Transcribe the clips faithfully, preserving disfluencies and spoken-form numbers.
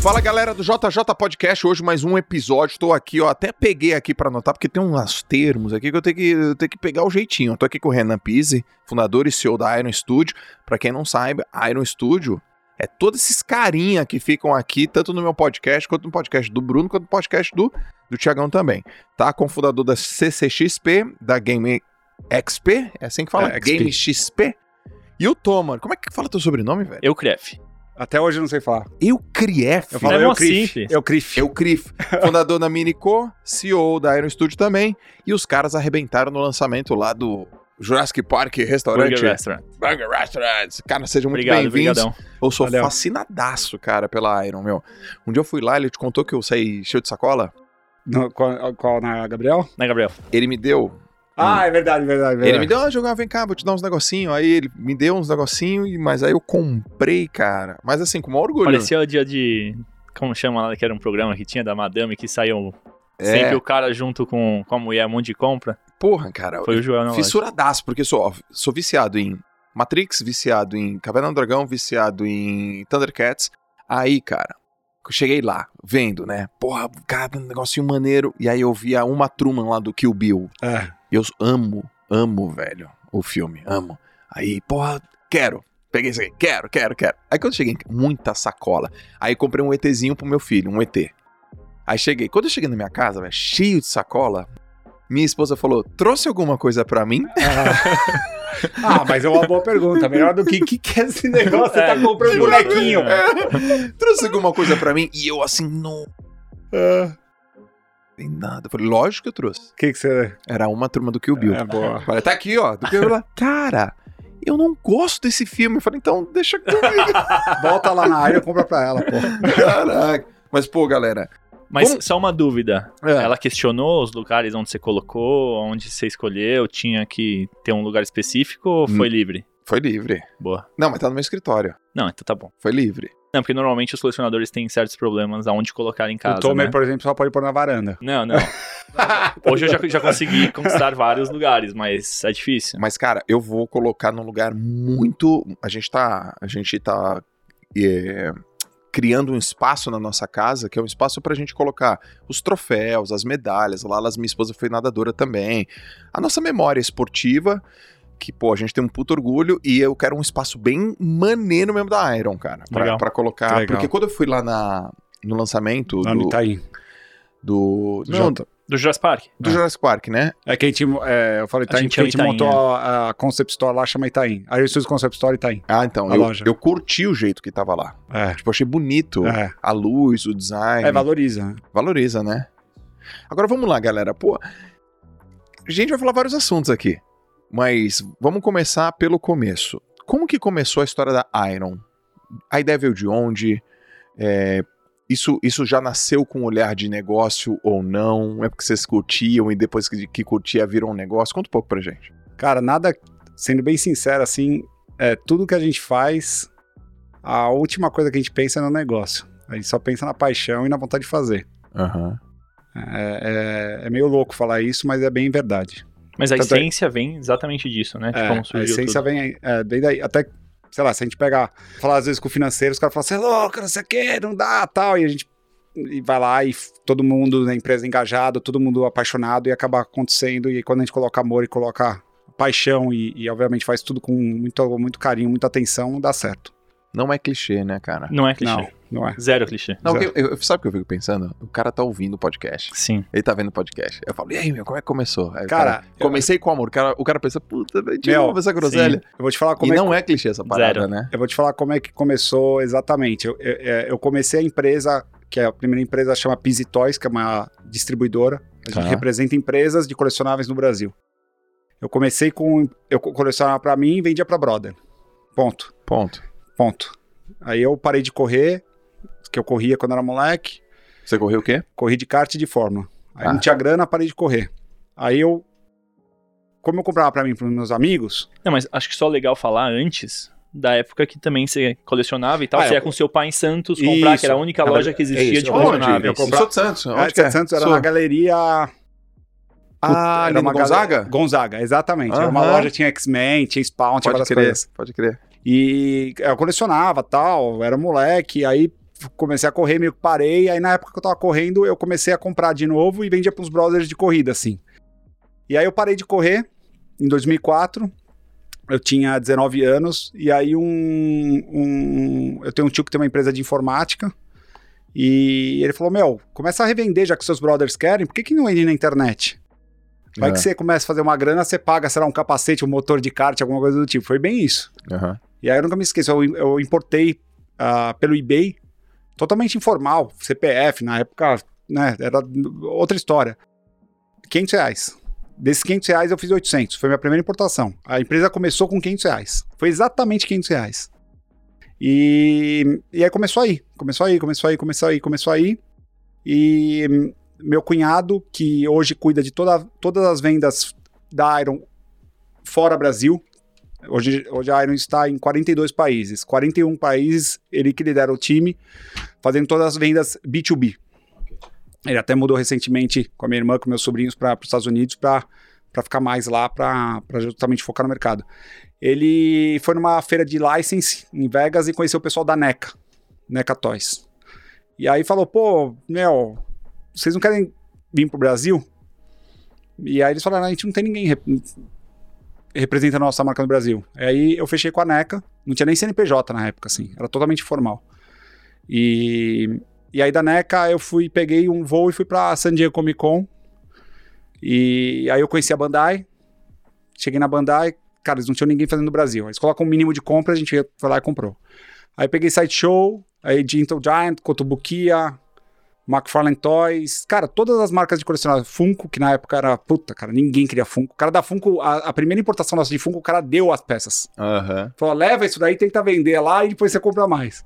Fala galera do J J Podcast, hoje mais um episódio, tô aqui, ó, até peguei aqui pra anotar, porque tem uns termos aqui que eu tenho que, eu tenho que pegar o jeitinho. Eu tô aqui com o Renan Pizzi, fundador e C E O da Iron Studio. Pra quem não sabe, a Iron Studio é todos esses carinha que ficam aqui, tanto no meu podcast, quanto no podcast do Bruno, quanto no podcast do, do Thiagão também, tá? Com o fundador da C C X P, da Game X P, é assim que fala? É, Game X P. E o Tomar, como é que fala teu sobrenome, velho? Eucrief. Até hoje eu não sei falar. Eucrief. Eu falo É Eucrief. Eucrief. Eucrief, fundador da Minico, C E O da Iron Studio também, e os caras arrebentaram no lançamento lá do Jurassic Park Restaurante. Burger Restaurant. Burger Restaurant. Cara, sejam muito Obrigado, bem-vindos. brigadão. Eu sou Valeu. fascinadaço, cara, pela Iron, meu. Um dia eu fui lá, ele te contou que eu saí cheio de sacola? No, qual, qual, na Gabriel? Né, Gabriel? Ele me deu... Ah, é verdade, verdade, verdade. Ele me deu, ah, jogar, vem cá, vou te dar uns negocinhos. Aí ele me deu uns negocinhos, mas aí eu comprei, cara. Mas assim, com o maior orgulho. Parecia o dia de... Como chama lá, que era um programa que tinha da Madame, que saiu É. sempre o cara junto com, com a mulher, um monte de compra. Porra, cara. Foi o Joel na loja. Fissuradaço, porque eu sou, sou viciado em Matrix, viciado em Caverna do Dragão, viciado em Thundercats. Aí, cara, eu cheguei lá, vendo, né? Porra, cara, um negocinho maneiro. E aí eu via Uma Truman lá do Kill Bill. É. Eu amo, amo, velho, o filme, amo. Aí, porra, quero. Peguei isso aqui, quero, quero, quero. Aí quando eu cheguei, muita sacola. Aí comprei um ETzinho pro meu filho, um E T. Aí cheguei, quando eu cheguei na minha casa, velho, cheio de sacola, minha esposa falou, trouxe alguma coisa pra mim? Ah, mas é uma boa pergunta. Melhor do que o que, que é esse negócio? Você tá comprando um bonequinho. É. Trouxe alguma coisa pra mim? E eu assim, não Ah, tem nada. Eu falei, lógico que eu trouxe. O que que você... Era Uma Turma do Kill Bill. É boa. Falei, tá aqui, ó, do Kill Bill. Lá. Cara, eu não gosto desse filme. Eu falei, então deixa comigo. Volta lá na área e compra pra ela, pô. Caraca. Mas, pô, galera... Mas Como- só uma dúvida. É. Ela questionou os lugares onde você colocou, onde você escolheu, tinha que ter um lugar específico ou foi Hum. livre? Foi livre. Boa. Não, mas tá no meu escritório. Não, então tá bom. Foi livre. Não, porque normalmente os colecionadores têm certos problemas aonde colocar em casa, O Tomer, né? por exemplo, só pode pôr na varanda. Não, não. Hoje eu já, já consegui conquistar vários lugares, mas é difícil. Mas, cara, eu vou colocar num lugar muito... A gente tá... A gente tá... é, criando um espaço na nossa casa, que é um espaço pra gente colocar os troféus, as medalhas. Lá, minha esposa foi nadadora também. A nossa memória esportiva, que, pô, a gente tem um puto orgulho, e eu quero um espaço bem maneiro mesmo da Iron, cara. Pra, Legal. pra colocar... Legal. Porque quando eu fui lá na, no lançamento Lá no do... Itaim. do, Do não, Jota. Do Jurassic Park? do Jurassic Park, né? É que a gente... É, eu falei A Itaim gente porque a é o gente Itaim, montou a, a Concept Store lá, chama Itaim. Aí eu estudo Concept Store Itaim. Ah, então, A eu, loja. eu curti o jeito que tava lá. É. Tipo, achei bonito. É. A luz, o design. É, valoriza. né? Valoriza, né? Agora vamos lá, galera. Pô, a gente vai falar vários assuntos aqui. Mas vamos começar pelo começo. Como que começou a história da Iron? A ideia veio de onde? É, isso, isso já nasceu com um olhar de negócio ou não? É porque vocês curtiam e depois que, que curtia virou um negócio? Conta um pouco pra gente. Cara, nada, sendo bem sincero, assim, é, tudo que a gente faz, a última coisa que a gente pensa é no negócio. A gente só pensa na paixão e na vontade de fazer. Aham. É, é- é meio louco falar isso, mas é bem verdade. Mas a Tanto é- essência vem exatamente disso, né? De É, como a surgiu essência tudo. vem é, desde aí. Até, sei lá, se a gente pegar, falar às vezes com o financeiro, os caras falam, você é louco, não sei o que, não dá, tal. E a gente e vai lá e f- todo mundo na empresa engajado, todo mundo apaixonado e acaba acontecendo. E quando a gente coloca amor e coloca paixão e, e obviamente faz tudo com muito, muito carinho, muita atenção, dá certo. Não é clichê, né, cara? Não é clichê. Não, não é. Zero clichê. Não, Zero. eu, eu- sabe o que eu fico pensando? O cara tá ouvindo o podcast. Sim. Ele tá vendo o podcast. Eu falo, e aí, meu, como é que começou? Aí o Cara, eu- comecei com amor. O cara, o cara pensa, puta, de Meu, novo essa groselha. Eu vou te falar E como é não é clichê essa parada, Zero. né? Eu vou te falar como é que começou exatamente. Eu, eu, é, eu comecei a empresa, que é a primeira empresa, chama Pizzi Toys, que é uma distribuidora. A gente Tá. representa empresas de colecionáveis no Brasil. Eu comecei com... Eu co- colecionava pra mim e vendia pra brother. Ponto. Ponto. Ponto. Aí eu parei de correr, que eu corria quando era moleque. Você correu o quê? Corri de kart e de fórmula. Aí Ah. não tinha grana, parei de correr. Aí eu... Como eu comprava pra mim e pros meus amigos... Não, mas acho que só legal falar antes da época que também você colecionava e tal. Ah, você eu- ia com seu pai em Santos comprar, Isso. que era a única Na loja verdade, que existia é isso. de Onde? colecionáveis. Eu comprar- sou de Santos. É, Onde que é? Santos era Sou. na galeria... Ah, ali era no uma gale- Gonzaga? Gonzaga, exatamente. Era uma Aham. loja, tinha X-Men, tinha Spawn, tinha Pode várias crer, coisas. pode crer. E eu colecionava tal, era moleque, aí comecei a correr, meio que parei, aí na época que eu tava correndo, eu comecei a comprar de novo e vendia pros brothers de corrida, assim. E aí eu parei de correr em dois mil e quatro, eu tinha dezenove anos, e aí um, um... eu tenho um tio que tem uma empresa de informática, e ele falou, meu, começa a revender, já que seus brothers querem, por que que não vende na internet? Vai é. que você começa a fazer uma grana, você paga, sei lá, um capacete, um motor de kart, alguma coisa do tipo. Foi bem isso. Uhum. E aí eu nunca me esqueço, eu, eu importei uh, pelo eBay, totalmente informal, C P F, na época, né, era outra história. quinhentos reais. Desses quinhentos reais eu fiz oitocentos, foi minha primeira importação. A empresa começou com quinhentos reais. Foi exatamente quinhentos reais. E, e aí começou aí, começou aí, começou aí, começou aí, começou aí. E meu cunhado, que hoje cuida de toda, todas as vendas da Iron fora Brasil, hoje, hoje a Iron está em quarenta e dois países, quarenta e um países, ele que lidera o time, fazendo todas as vendas B dois B. Ele até mudou recentemente com a minha irmã, com meus sobrinhos para os Estados Unidos para ficar mais lá, para justamente focar no mercado. Ele foi numa feira de license em Vegas e conheceu o pessoal da NECA, NECA Toys. E aí falou, pô, meu, vocês não querem vir pro Brasil? E aí eles falaram, a gente não tem ninguém rep representando a nossa marca no Brasil. E aí eu fechei com a NECA, não tinha nem C N P J na época, assim, era totalmente formal. E, e aí da NECA eu fui, peguei um voo e fui pra San Diego Comic Con. E aí eu conheci a Bandai, cheguei na Bandai, cara, eles não tinham ninguém fazendo no Brasil. Eles colocam um mínimo de compra, a gente foi lá e comprou. Aí peguei Sideshow, aí Gentle Giant, Kotobukiya, McFarlane Toys, cara, todas as marcas de colecionável, Funko, que na época era, puta, cara, ninguém queria Funko. O cara da Funko, a, a primeira importação nossa de Funko, o cara deu as peças. Uhum. Falou, leva isso daí, tenta vender lá e depois você compra mais.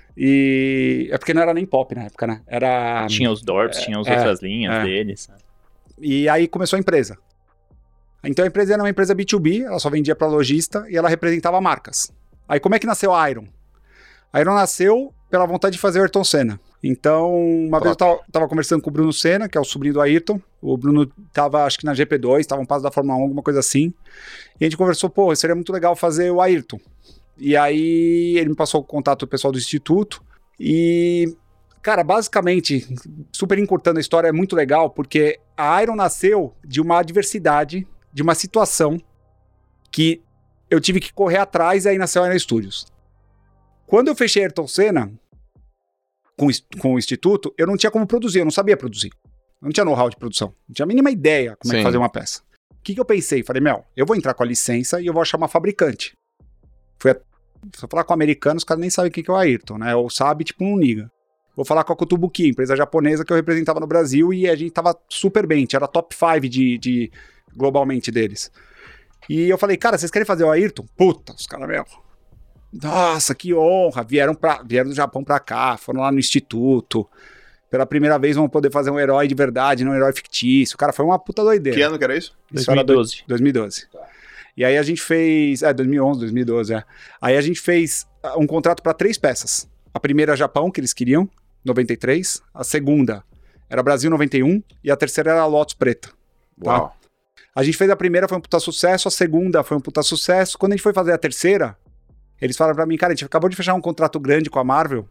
E é porque não era nem pop na época, né? Era... Tinha os Dorps, é, tinha as é, outras linhas é. deles. E aí começou a empresa. Então a empresa era uma empresa B dois B, ela só vendia pra lojista e ela representava marcas. Aí como é que nasceu a Iron? A Iron nasceu pela vontade de fazer o Ayrton Senna. Então, uma Top. vez eu tava, tava conversando com o Bruno Senna, que é o sobrinho do Ayrton. O Bruno tava, acho que na G P dois, tava um passo da Fórmula um, alguma coisa assim. E a gente conversou, pô, seria muito legal fazer o Ayrton. E aí ele me passou o contato do pessoal do Instituto. E, cara, basicamente, super encurtando a história, é muito legal, porque a Iron nasceu de uma adversidade, de uma situação que eu tive que correr atrás e aí nasceu a Iron Studios. Quando eu fechei Ayrton Senna com, com o Instituto, eu não tinha como produzir, eu não sabia produzir. Eu não tinha know-how de produção, não tinha a mínima ideia como Sim. é que fazer uma peça. O que, que eu pensei? Falei, meu, eu vou entrar com a licença e eu vou achar uma fabricante. Fui a... Se eu falar com americanos, os caras nem sabem o que, que é o Ayrton, né? Ou sabe, tipo, não liga. Vou falar com a Kotobukiya, empresa japonesa que eu representava no Brasil e a gente tava super bem, era top cinco de, de, globalmente deles. E eu falei, cara, vocês querem fazer o Ayrton? Puta, os caras, meu... Nossa, que honra, vieram, pra, vieram do Japão pra cá, foram lá no Instituto, pela primeira vez vão poder fazer um herói de verdade, não um herói fictício. Cara, foi uma puta doideira. Que ano que era isso? Isso dois mil e doze. Era dois mil e doze. Tá. E aí a gente fez, é, dois mil e onze, dois mil e doze, é. Aí a gente fez um contrato pra três peças. A primeira Japão, que eles queriam, noventa e três, a segunda era Brasil noventa e um e a terceira era Lotus Preta. Uau. Tá? A gente fez a primeira, foi um puta sucesso, a segunda foi um puta sucesso. Quando a gente foi fazer a terceira, eles falaram pra mim, cara, a gente acabou de fechar um contrato grande com a Marvel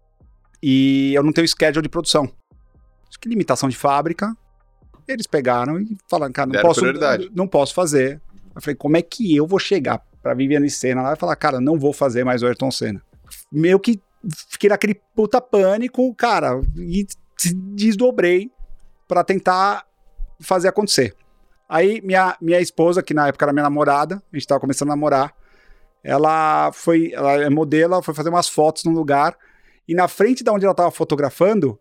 e eu não tenho schedule de produção. Acho que limitação de fábrica. Eles pegaram e falaram, cara, não, posso, não posso fazer. Eu falei, como é que eu vou chegar pra Viviane Senna lá e falar, cara, não vou fazer mais o Ayrton Senna? Meio que fiquei naquele puta pânico, cara, e desdobrei pra tentar fazer acontecer. Aí minha, minha esposa, que na época era minha namorada, a gente tava começando a namorar, ela foi, ela é modelo, ela foi fazer umas fotos num lugar, e na frente de onde ela tava fotografando,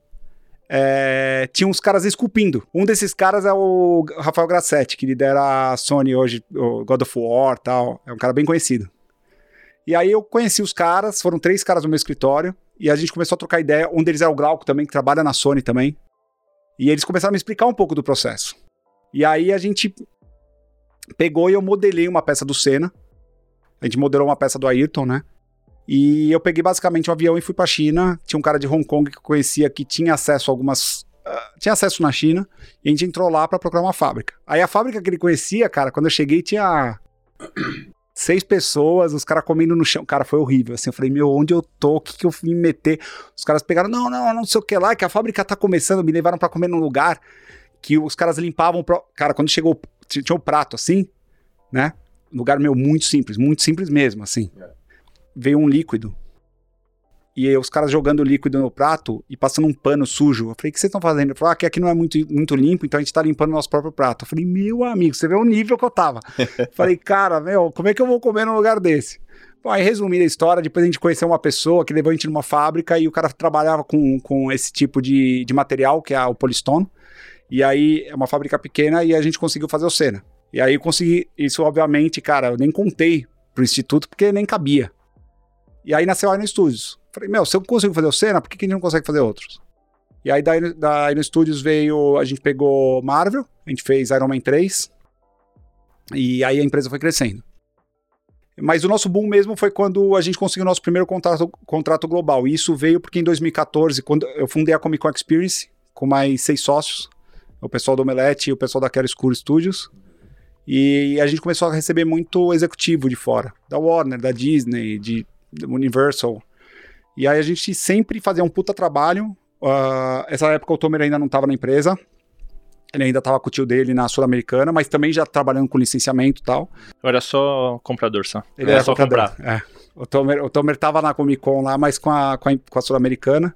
é, tinha uns caras esculpindo. Um desses caras é o Rafael Grassetti, que lidera a Sony hoje, o God of War e tal, é um cara bem conhecido. E aí eu conheci os caras, foram três caras no meu escritório, e a gente começou a trocar ideia, um deles é o Glauco também, que trabalha na Sony também, e eles começaram a me explicar um pouco do processo. E aí a gente pegou e eu modelei uma peça do Senna. A gente modelou uma peça do Ayrton, né? E eu peguei basicamente um avião e fui pra China. Tinha um cara de Hong Kong que eu conhecia que tinha acesso a algumas... Uh, tinha acesso na China. E a gente entrou lá pra procurar uma fábrica. Aí a fábrica que ele conhecia, cara, quando eu cheguei tinha seis pessoas, os caras comendo no chão. Cara, foi horrível. Assim, eu falei, meu, onde eu tô? O que, que eu fui me meter? Os caras pegaram, não, não, não sei o que lá, que a fábrica tá começando. Me levaram pra comer num lugar que os caras limpavam. Pro... Cara, quando chegou, tinha um prato assim, né? Um lugar, meu, muito simples, muito simples mesmo, assim. É. Veio um líquido. E aí, os caras jogando líquido no prato e passando um pano sujo. Eu falei, o que vocês estão fazendo? Eu falei, ah, que aqui não é muito, muito limpo, então a gente tá limpando o nosso próprio prato. Eu falei, meu amigo, você vê o nível que eu tava. Falei, cara, meu, como é que eu vou comer num lugar desse? Bom, aí resumindo a história, depois a gente conheceu uma pessoa que levou a gente numa fábrica e o cara trabalhava com, com esse tipo de, de material, que é o Polystone. E aí, é uma fábrica pequena e a gente conseguiu fazer o Senna. E aí eu consegui, isso obviamente, cara, eu nem contei pro instituto porque nem cabia. E aí nasceu a Iron Studios. Falei, meu, se eu consigo fazer o Senna, por que, que a gente não consegue fazer outros? E aí da, da Iron Studios veio, a gente pegou Marvel, a gente fez Iron Man três, e aí a empresa foi crescendo. Mas o nosso boom mesmo foi quando a gente conseguiu o nosso primeiro contrato, contrato global. E isso veio porque em dois mil e catorze, quando eu fundei a Comic Con Experience, com mais seis sócios, o pessoal do Omelete e o pessoal da Chiaroscuro Studios, e a gente começou a receber muito executivo de fora, da Warner, da Disney, de, de Universal. E aí a gente sempre fazia um puta trabalho. Uh, essa época o Tomer ainda não estava na empresa. Ele ainda estava com o tio dele na Sul-Americana, mas também já trabalhando com licenciamento e tal. Eu era só comprador, só. Ele era, era só comprar. É. O Tomer, o Tomer tava na Comic Con lá, mas com a, com a, com a Sul-Americana.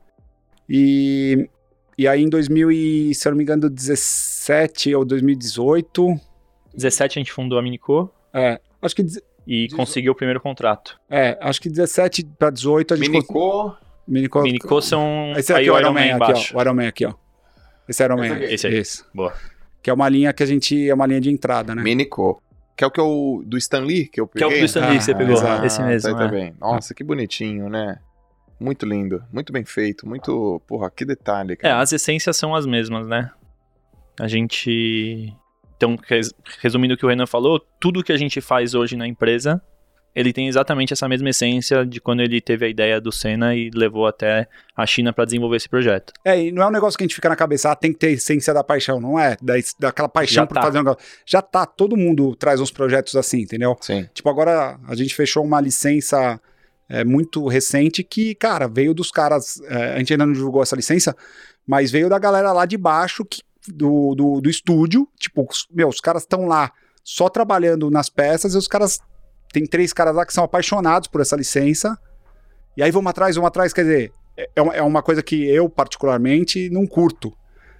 E, e aí em dois mil e, se eu não me engano, dezessete ou dois mil e dezoito... dezessete a gente fundou a Minico. É, acho que... E conseguiu o primeiro contrato. É, acho que dezessete para dezoito a gente... Minico... Cons... Minico... Minico são... Esse aqui é o Iron Man, aqui, ó. O Iron Man aqui, ó. Esse é o Iron Man. Esse aí. Esse. Boa. Que é uma linha que a gente... É uma linha de entrada, né? Minico. Que é o que é o do Stan Lee que eu peguei? Que é o do Stan Lee ah, que você pegou. Ah, esse mesmo, tá, é. tá bem. Nossa, que bonitinho, né? Muito lindo. Muito bem feito. Muito... Porra, que detalhe, cara. É, as essências são as mesmas, né? A gente... Então, resumindo o que o Renan falou, tudo que a gente faz hoje na empresa, ele tem exatamente essa mesma essência de quando ele teve a ideia do Senna e levou até a China para desenvolver esse projeto. É, e não é um negócio que a gente fica na cabeça, ah, tem que ter essência da paixão, não é? Da, daquela paixão Já por tá. fazer um negócio. Já tá, todo mundo traz uns projetos assim, entendeu? Sim. Tipo, agora a gente fechou uma licença é, muito recente que, cara, veio dos caras, é, a gente ainda não divulgou essa licença, mas veio da galera lá de baixo que Do, do, do estúdio, tipo, meu, os caras estão lá só trabalhando nas peças e os caras, tem três caras lá que são apaixonados por essa licença e aí vamos atrás, vamos atrás, quer dizer, é uma, é uma coisa que eu particularmente não curto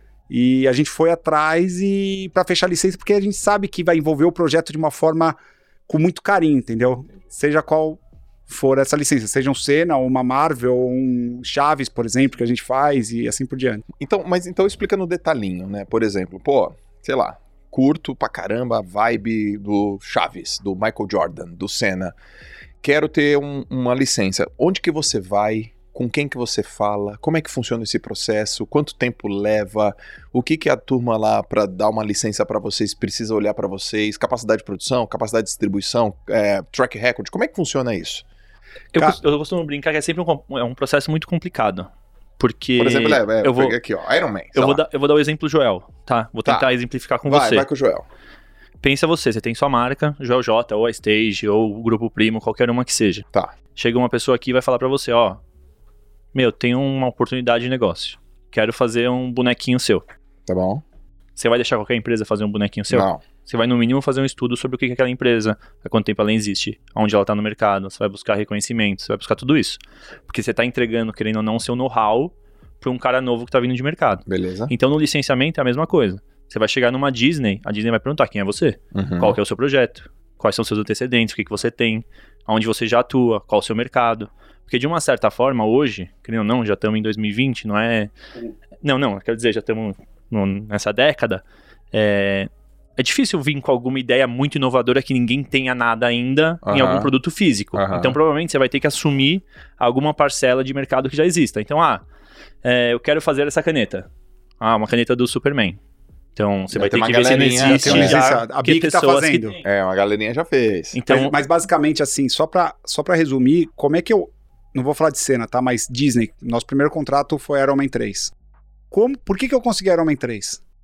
e a gente foi atrás e para fechar a licença porque a gente sabe que vai envolver o projeto de uma forma com muito carinho, entendeu? Seja qual for essa licença, seja um Senna, ou uma Marvel, ou um Chaves, por exemplo, que a gente faz e assim por diante. Então, mas então explica no detalhinho, né? Por exemplo, pô, sei lá, curto pra caramba a vibe do Chaves, do Michael Jordan, do Senna. Quero ter um, uma licença. Onde que você vai? Com quem que você fala? Como é que funciona esse processo? Quanto tempo leva? O que que a turma lá para dar uma licença para vocês precisa olhar para vocês? Capacidade de produção, capacidade de distribuição, é, track record? Como é que funciona isso? Eu, Ca... eu costumo brincar que é sempre um, é um processo muito complicado. Porque. Por exemplo, é, é, eu vou aqui, ó, Iron Man. Eu vou, dar, eu vou dar o exemplo Joel, tá? Vou tentar tá. exemplificar com vai, você. Vai com o Joel. Pensa você, você tem sua marca, Joel J, ou a Stage, ou o Grupo Primo, qualquer uma que seja. Tá. Chega uma pessoa aqui e vai falar pra você, ó. Meu, tenho uma oportunidade de negócio. Quero fazer um bonequinho seu. Tá bom. Você vai deixar qualquer empresa fazer um bonequinho seu? Não. Você vai, no mínimo, fazer um estudo sobre o que é aquela empresa, há quanto tempo ela existe, onde ela está no mercado, você vai buscar reconhecimento, você vai buscar tudo isso. Porque você está entregando, querendo ou não, seu know-how para um cara novo que está vindo de mercado. Beleza. Então, no licenciamento é a mesma coisa. Você vai chegar numa Disney, a Disney vai perguntar quem é você, uhum. qual que é o seu projeto, quais são os seus antecedentes, o que, que você tem, onde você já atua, qual o seu mercado. Porque, de uma certa forma, hoje, querendo ou não, já estamos em dois mil e vinte, não é... Não, não, quero dizer, já estamos nessa década... É... É difícil vir com alguma ideia muito inovadora que ninguém tenha nada ainda uhum. em algum produto físico. Uhum. Então, provavelmente, você vai ter que assumir alguma parcela de mercado que já exista. Então, ah, é, eu quero fazer essa caneta. Ah, uma caneta do Superman. Então, você vai, vai ter que ver se não existe já a Bic tá fazendo. Que é, uma galerinha já fez. Então, mas, mas basicamente, assim, só pra, só pra resumir, como é que eu... Não vou falar de Senna, tá? Mas Disney, nosso primeiro contrato foi Iron Man três. Como, por que que eu consegui Iron Man três?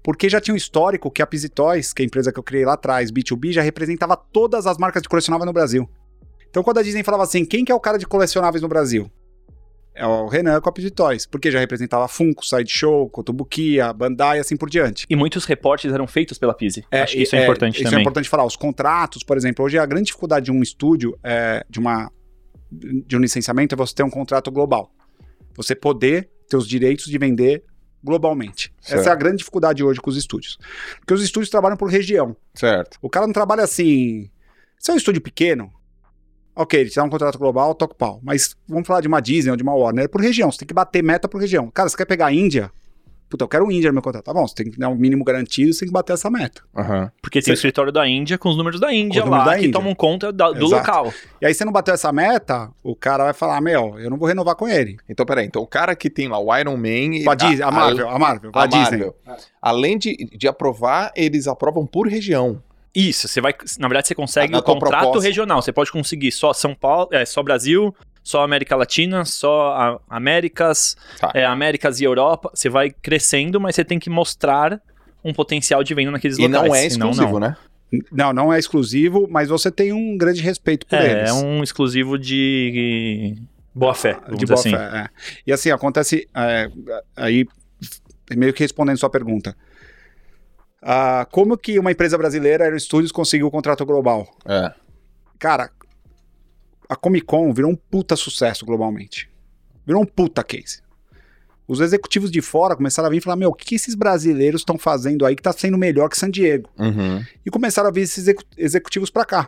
Porque já tinha um histórico que a Pizzy Toys, que é a empresa que eu criei lá atrás, B dois B, já representava todas as marcas de colecionável no Brasil. Então quando a Disney falava assim, quem que é o cara de colecionáveis no Brasil? É o Renan com a Pizzy Toys, porque já representava Funko, Sideshow, Kotobukiya, Bandai e assim por diante. E muitos reportes eram feitos pela Pizzy. É, Acho que isso é, é importante isso também. é importante falar. Os contratos, por exemplo, hoje a grande dificuldade de um estúdio, é, de, uma, de um licenciamento, é você ter um contrato global. Você poder ter os direitos de vender globalmente. Certo. Essa é a grande dificuldade hoje com os estúdios. Porque os estúdios trabalham por região. Certo. O cara não trabalha assim... Se é um estúdio pequeno, ok, ele te dá um contrato global, toca o pau. Mas vamos falar de uma Disney ou de uma Warner, é por região. Você tem que bater meta por região. Cara, você quer pegar a Índia? Puta, eu quero o Índia no meu contrato. Tá bom, você tem que dar um mínimo garantido, você tem que bater essa meta. Uhum. Porque tem Você... o escritório da Índia com os números da Índia números lá, da que Índia. tomam conta da, do Exato. local. E aí você não bateu essa meta, o cara vai falar, meu, eu não vou renovar com ele. Então, peraí. Então, o cara que tem lá o Iron Man... E A, Disney, a Marvel, a, Marvel, a, a Disney. Marvel. Além de, de aprovar, eles aprovam por região. Isso, você vai. Na verdade, você consegue Na o tua contrato proposta. regional. Você pode conseguir só São Paulo, é, só Brasil, só América Latina, só a, Américas, Tá. é, Américas e Europa. Você vai crescendo, mas você tem que mostrar um potencial de venda naqueles E locais. não é senão exclusivo, não. né? Não, não é exclusivo, mas você tem um grande respeito por É, eles. é um exclusivo de boa fé, vamos De dizer boa assim. fé, é. E assim, acontece, é, aí, meio que respondendo sua pergunta. Ah, como que uma empresa brasileira, Aero Studios, conseguiu o contrato global? É. Cara, a Comic Con virou um puta sucesso globalmente. Virou um puta case. Os executivos de fora começaram a vir e falar, meu, o que, que esses brasileiros estão fazendo aí que tá sendo melhor que San Diego? Uhum. E começaram a vir esses execu- executivos pra cá.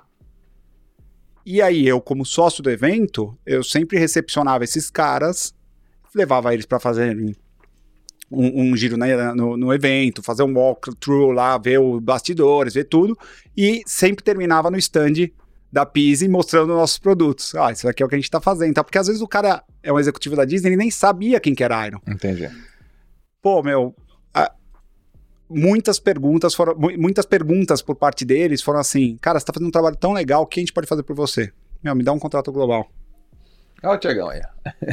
E aí eu, como sócio do evento, eu sempre recepcionava esses caras, levava eles pra fazer um, um giro na, no, no evento, fazer um walkthrough lá, ver os bastidores, ver tudo, e sempre terminava no stand da Pizzy mostrando nossos produtos. Ah, isso aqui é o que a gente tá fazendo, tá? Porque às vezes o cara é um executivo da Disney e nem sabia quem que era Iron. Entendi. Pô, meu, a, muitas perguntas foram, mu- muitas perguntas por parte deles foram assim, cara, você tá fazendo um trabalho tão legal, o que a gente pode fazer por você? Meu, me dá um contrato global. Olha o Tiagão aí.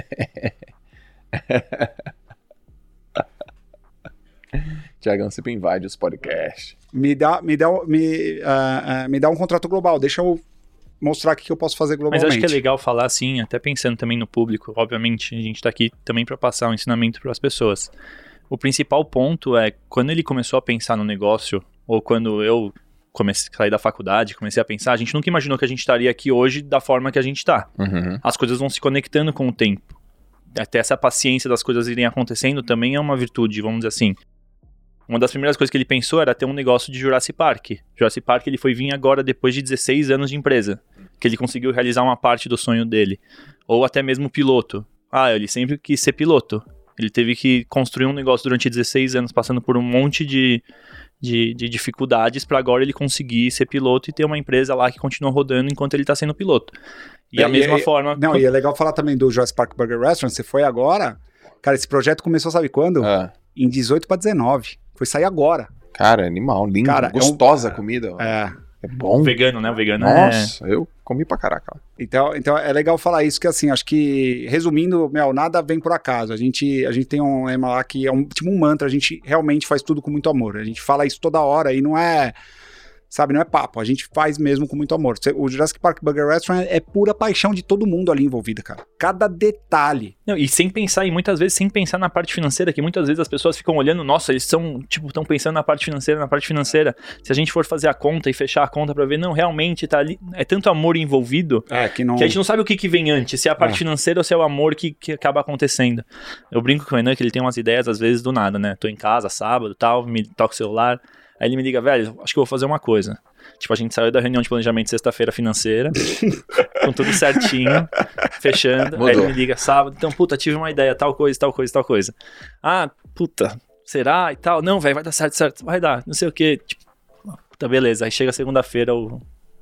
Tiagão sempre invade os podcasts. Me dá, me dá, me, ah, ah, me dá um contrato global, deixa eu mostrar o que que eu posso fazer Mas globalmente. acho que é legal falar assim, até pensando também no público. Obviamente, a gente tá aqui também para passar um ensinamento para as pessoas. O principal ponto é, quando ele começou a pensar no negócio, ou quando eu comecei a sair da faculdade, comecei a pensar, a gente nunca imaginou que a gente estaria aqui hoje da forma que a gente tá. Uhum. As coisas vão se conectando com o tempo. Até essa paciência das coisas irem acontecendo também é uma virtude, vamos dizer assim. Uma das primeiras coisas que ele pensou era ter um negócio de Jurassic Park. Jurassic Park ele foi vir agora depois de dezesseis anos de empresa, que ele conseguiu realizar uma parte do sonho dele. Ou até mesmo piloto. Ah, ele sempre quis ser piloto. Ele teve que construir um negócio durante dezesseis anos, passando por um monte de, de, de dificuldades para agora ele conseguir ser piloto e ter uma empresa lá que continua rodando enquanto ele está sendo piloto. E É, a mesma e- forma... Não, e é legal falar também do Jurassic Park Burger Restaurant, você foi agora, cara, esse projeto começou sabe quando? Ah, Em dezoito para dezenove. Foi sair agora. cara, animal, lindo, Cara, é um- gostosa a comida. É. É bom. O vegano, né? O vegano é... Nossa, eu comi pra caraca. Então, então é legal falar isso, que assim, acho que, resumindo, meu, nada vem por acaso. A gente, a gente tem um lema lá que é um, tipo um mantra, a gente realmente faz tudo com muito amor. A gente fala isso toda hora e não é, sabe, não é papo, a gente faz mesmo com muito amor. O Jurassic Park Burger Restaurant é pura paixão de todo mundo ali envolvido, cara. Cada detalhe. Não, e sem pensar, e muitas vezes sem pensar na parte financeira, que muitas vezes as pessoas ficam olhando, nossa, eles são, tipo, estão pensando na parte financeira, na parte financeira. Se a gente for fazer a conta e fechar a conta pra ver, não, realmente tá ali, é tanto amor envolvido, É, que não... que a gente não sabe o que que vem antes, se é a parte É. financeira ou se é o amor que, que acaba acontecendo. Eu brinco com o Renan que ele tem umas ideias, às vezes, do nada, né? Tô em casa, sábado, tal, me toca o celular, aí ele me liga, velho, acho que eu vou fazer uma coisa. Tipo, a gente saiu da reunião de planejamento sexta-feira financeira, com tudo certinho, fechando. Mudou. Aí ele me liga sábado, então, puta, tive uma ideia, tal coisa, tal coisa, tal coisa. Ah, puta, será e tal? Não, velho, vai dar certo, certo, vai dar, não sei o quê. Tipo, puta, beleza. Aí chega segunda-feira o,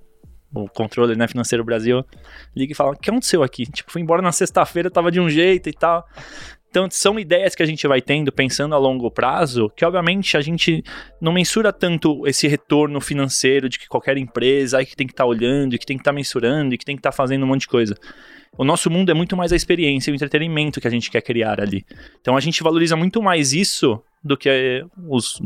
o controle, né, financeiro Brasil, liga e fala, o que aconteceu aqui? Tipo, fui embora na sexta-feira, tava de um jeito e tal. Então, são ideias que a gente vai tendo, pensando a longo prazo, que obviamente a gente não mensura tanto esse retorno financeiro de que qualquer empresa aí que tem que estar olhando, e que tem que estar mensurando, e que tem que estar fazendo um monte de coisa. O nosso mundo é muito mais a experiência e o entretenimento que a gente quer criar ali. Então, a gente valoriza muito mais isso do que os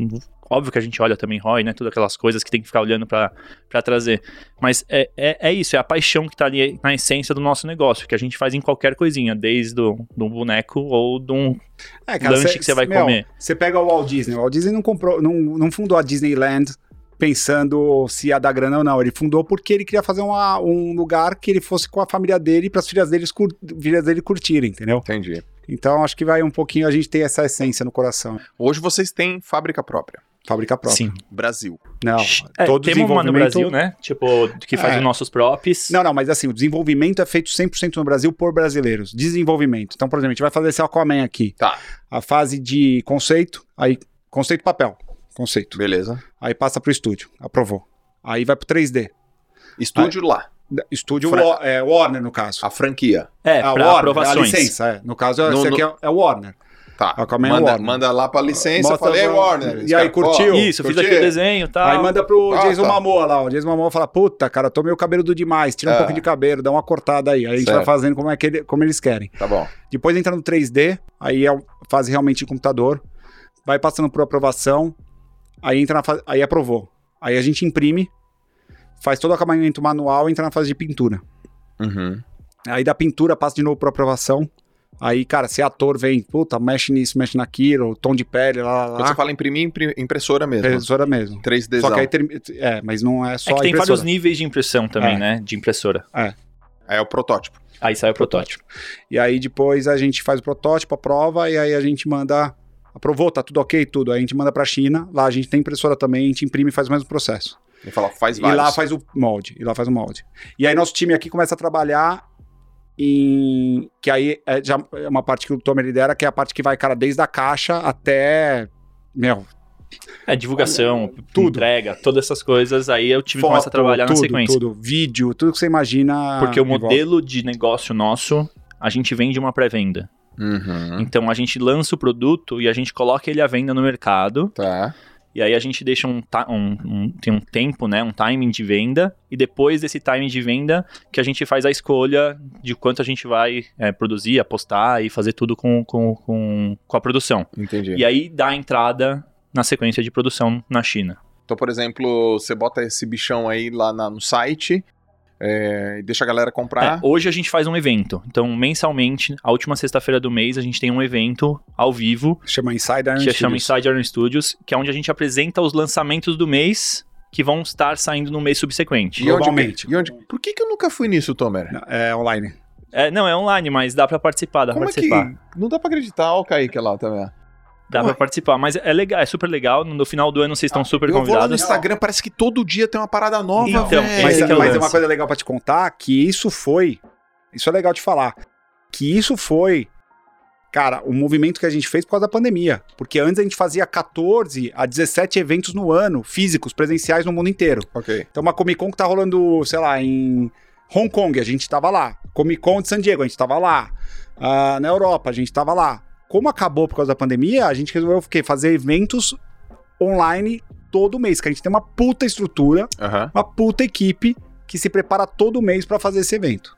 óbvio que a gente olha também R O I, né? Todas aquelas coisas que tem que ficar olhando para trazer. Mas é, é, é isso, é a paixão que tá ali na essência do nosso negócio, que a gente faz em qualquer coisinha, desde do, do boneco ou de um é, cara, lanche cê, que você vai meu, comer. Você pega o Walt Disney. O Walt Disney não, comprou, não, não fundou a Disneyland pensando se ia dar grana ou não. Ele fundou porque ele queria fazer uma, um lugar que ele fosse com a família dele para as filhas, deles cur, filhas dele curtirem, entendeu? Entendi. Então, acho que vai um pouquinho, a gente tem essa essência no coração. Hoje vocês têm fábrica própria. Fábrica própria. Sim. Brasil. Não, é, todo temos uma no desenvolvimento... Brasil, né? Tipo, que faz É. os nossos props. Não, não, mas assim, o desenvolvimento é feito cem por cento no Brasil por brasileiros. Desenvolvimento. Então, por exemplo, a gente vai fazer esse Aquaman aqui. Tá. A fase de conceito, aí conceito papel. Conceito. Beleza. Aí passa pro estúdio. Aprovou. Aí vai pro três D. Estúdio lá. Estúdio Fran- Wa- é, Warner, no caso. A franquia. É, a pra Warner, aprovações. A licença, é. No caso, No- esse no- aqui é, é o Warner. Tá. Aquaman é manda, Warner. manda lá pra licença, Mostra falei, pra- Warner. E Os aí, caras, curtiu? ó, Isso, fiz curti. aqui o desenho e tal. Aí manda pro Ah, Jason tá. Momoa lá. O Jason Momoa fala, puta, cara, tô meio cabeludo demais. Tira um Ah. pouquinho de cabelo, dá uma cortada aí. Aí a gente Certo. vai fazendo como, é que ele- como eles querem. Tá bom. Depois entra no três D, aí é a fase realmente em computador. Vai passando por aprovação. Aí entra na fase, aí aprovou. Aí a gente imprime, faz todo o acabamento manual e entra na fase de pintura. Uhum. Aí da pintura passa de novo por aprovação. Aí, cara, se ator vem, puta, mexe nisso, mexe naquilo, tom de pele, lá, lá, Quando você lá. fala imprimir, impri- impressora mesmo. Impressora mesmo. três D. Só que aí, termi- é, mas não é só É que a tem impressora. vários níveis de impressão também, É. né? De impressora. Aí é o protótipo. Aí sai o protótipo. E aí depois a gente faz o protótipo, a prova, e aí a gente manda... Aprovou, tá tudo ok, tudo. Aí a gente manda pra China, lá a gente tem impressora também, a gente imprime e faz o mesmo processo. Ele fala, faz E vários. lá faz o molde, e lá faz o molde. E aí nosso time aqui começa a trabalhar em... Que aí é já é uma parte que o Tomer lidera, que é a parte que vai, cara, desde a caixa até... Meu, É, divulgação, Tudo. entrega, todas essas coisas. Aí o time foto, começa a trabalhar tudo, na sequência. tudo, vídeo, tudo que você imagina. Porque o em volta. modelo de negócio nosso, a gente vende uma pré-venda. Uhum. Então a gente lança o produto e a gente coloca ele à venda no mercado. Tá. E aí a gente deixa um, ta- um, um- tem um tempo, né, um timing de venda, e depois desse timing de venda que a gente faz a escolha de quanto a gente vai é, produzir, apostar e fazer tudo com, com, com, com a produção. Entendi. E aí dá a entrada na sequência de produção na China. Então, por exemplo, você bota esse bichão aí lá na- no site é, e deixa a galera comprar. É, hoje a gente faz um evento, então mensalmente, a última sexta-feira do mês, a gente tem um evento ao vivo, Chama Insider que chama Studios. Inside Iron Studios, que é onde a gente apresenta os lançamentos do mês que vão estar saindo no mês subsequente. E onde, globalmente. e onde, por que, que eu nunca fui nisso, Tomer? Não, É online. É, não, é online, mas dá pra participar, dá Como pra é que... participar. Não dá pra acreditar, ó, o Kaique lá também. Dá Ué. pra participar, mas é legal, é super legal. No final do ano vocês estão super Eu vou lá no convidados. Instagram, parece que todo dia tem uma parada nova, Então, velho. Mas, Esse que é o mas é lance. uma coisa legal pra te contar, que isso foi... Isso é legal de falar. Que isso foi... Cara, o movimento que a gente fez por causa da pandemia. Porque antes a gente fazia catorze a dezessete eventos no ano, físicos, presenciais no mundo inteiro. Ok. Então uma Comic Con que tá rolando, sei lá, em Hong Kong, a gente tava lá. Comic Con de San Diego, a gente tava lá. Ah, na Europa, a gente tava lá. Como acabou por causa da pandemia, a gente resolveu o quê? Fazer eventos online todo mês, que a gente tem uma puta estrutura, Aham. uma puta equipe que se prepara todo mês pra fazer esse evento.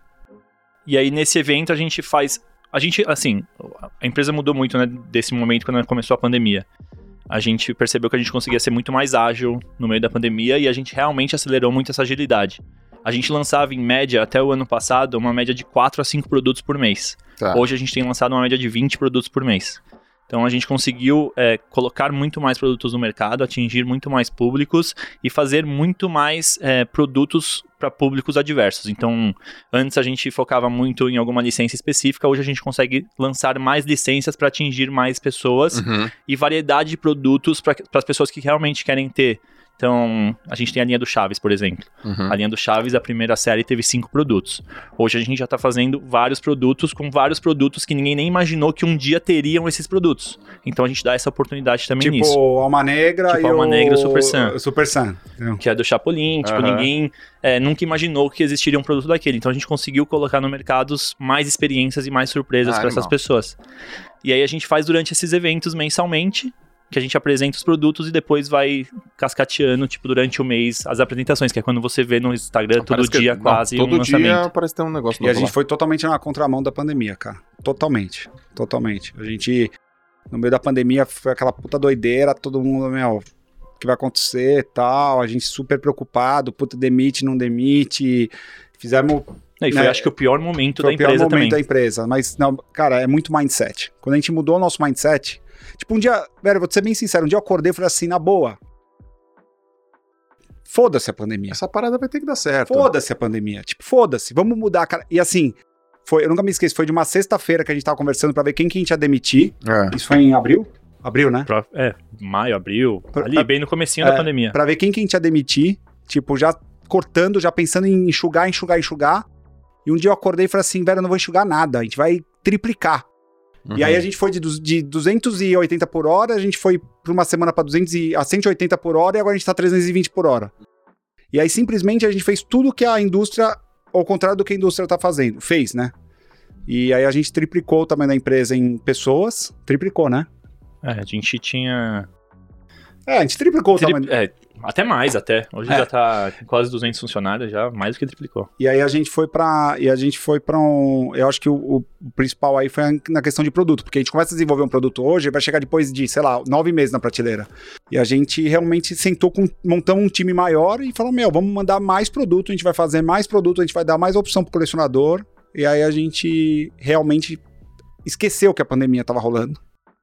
E aí nesse evento a gente faz... A gente, assim, a empresa mudou muito, né, desse momento quando começou a pandemia. A gente percebeu que a gente conseguia ser muito mais ágil no meio da pandemia e a gente realmente acelerou muito essa agilidade. A gente lançava em média, até o ano passado, uma média de quatro a cinco produtos por mês. Tá. Hoje a gente tem lançado uma média de vinte produtos por mês. Então a gente conseguiu é, colocar muito mais produtos no mercado, atingir muito mais públicos e fazer muito mais é, produtos para públicos adversos. Então, antes a gente focava muito em alguma licença específica, hoje a gente consegue lançar mais licenças para atingir mais pessoas Uhum. e variedade de produtos para as pessoas que realmente querem ter. Então, a gente tem a linha do Chaves, por exemplo. Uhum. A linha do Chaves, a primeira série, teve cinco produtos. Hoje a gente já está fazendo vários produtos com vários produtos que ninguém nem imaginou que um dia teriam esses produtos. Então a gente dá essa oportunidade também Tipo nisso. Alma Negra Tipo e Alma o... Negra e o Super Sam. Super Sam. entendeu? Que é do Chapolin, tipo, Aham. ninguém é, nunca imaginou que existiria um produto daquele. Então a gente conseguiu colocar no mercado mais experiências e mais surpresas Ah, para essas animal. pessoas. E aí a gente faz durante esses eventos mensalmente, que a gente apresenta os produtos e depois vai cascateando, tipo, durante o mês, as apresentações, que é quando você vê no Instagram todo Parece que- dia não, quase todo um lançamento. dia parece ter um negócio E a novo gente lá. foi totalmente na contramão da pandemia, cara. Totalmente. Totalmente. A gente, no meio da pandemia, foi aquela puta doideira, todo mundo, meu, que vai acontecer e tal, a gente super preocupado, puta, demite, não demite, fizemos... E foi, né, acho que o pior momento foi da empresa também. o pior momento também. da empresa, mas, não, cara, é muito mindset. Quando a gente mudou o nosso mindset, tipo, um dia, velho, vou te ser bem sincero, um dia eu acordei e falei assim, na boa, foda-se a pandemia. Essa parada vai ter que dar certo. Foda-se a pandemia, tipo, foda-se, vamos mudar, cara. E assim, foi, eu nunca me esqueço, foi de uma sexta-feira que a gente tava conversando pra ver quem que a gente ia demitir, É. Isso foi em abril? Abril, né? Pra, é, maio, abril, Pra, ali pra, bem no comecinho é, da pandemia. Pra ver quem que a gente ia demitir, tipo, já cortando, já pensando em enxugar, enxugar, enxugar. E um dia eu acordei e falei assim, velho, eu não vou enxugar nada, a gente vai triplicar. Uhum. E aí a gente foi de, de duzentos e oitenta por hora, a gente foi por uma semana pra duzentos e, a cento e oitenta por hora e agora a gente tá trezentos e vinte por hora. E aí simplesmente a gente fez tudo que a indústria, ao contrário do que a indústria tá fazendo, fez, né? E aí a gente triplicou o tamanho da empresa em pessoas, triplicou, né? É, a gente tinha... É, a gente triplicou Tri... o tamanho. É, até mais, até. Hoje é. já tá com quase duzentos funcionários, já mais do que triplicou. E aí a gente foi pra... E a gente foi pra um... Eu acho que o, o principal aí foi na questão de produto, porque a gente começa a desenvolver um produto hoje e vai chegar depois de, sei lá, nove meses na prateleira. E a gente realmente sentou com... Montamos um time maior e falou, meu, vamos mandar mais produto, a gente vai fazer mais produto, a gente vai dar mais opção pro colecionador. E aí a gente realmente esqueceu que a pandemia tava rolando.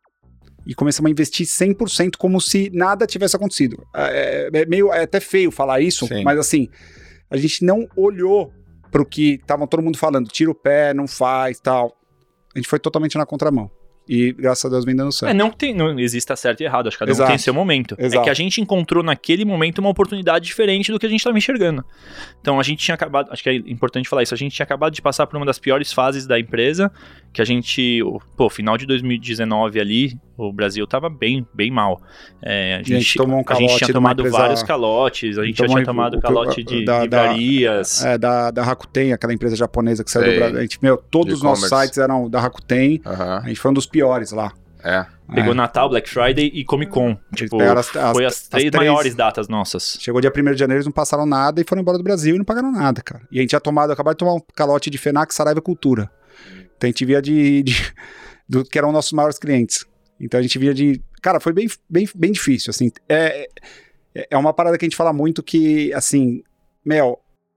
E começamos a investir cem por cento como se nada tivesse acontecido. É, é, meio, é até feio falar isso, Sim. mas assim, a gente não olhou pro que tava todo mundo falando, tira o pé, não faz, tal. A gente foi totalmente na contramão. E graças a Deus vem dando certo. É, não, tem, não exista certo e errado, acho que cada Exato. um tem seu momento. Exato. É que a gente encontrou naquele momento uma oportunidade diferente do que a gente estava enxergando. Então a gente tinha acabado, acho que é importante falar isso, a gente tinha acabado de passar por uma das piores fases da empresa, que a gente, pô, final de dois mil e dezenove ali, o Brasil tava bem, bem mal. É, a, gente, a gente tomou um calote, a gente tinha tomado empresa, vários calotes, a gente já tinha tomado o, calote de da, livrarias. Da, é, da, da Rakuten, aquela empresa japonesa que saiu Sei. do Brasil. A gente, meu, todos os nossos sites eram da Rakuten, uhum. A gente foi um dos piores lá. É. Pegou é. Natal, Black Friday e Comic Con. Tipo, as, as, foi as, as três, três maiores datas nossas. Chegou dia primeiro de janeiro, eles não passaram nada e foram embora do Brasil e não pagaram nada, cara. E a gente tinha tomado, acabado de tomar um calote de FENAC, Saraiva Cultura. Então a gente via de... de do, que eram nossos maiores clientes. Então a gente via de... Cara, foi bem, bem, bem difícil, assim. É, é uma parada que a gente fala muito que, assim, Mel,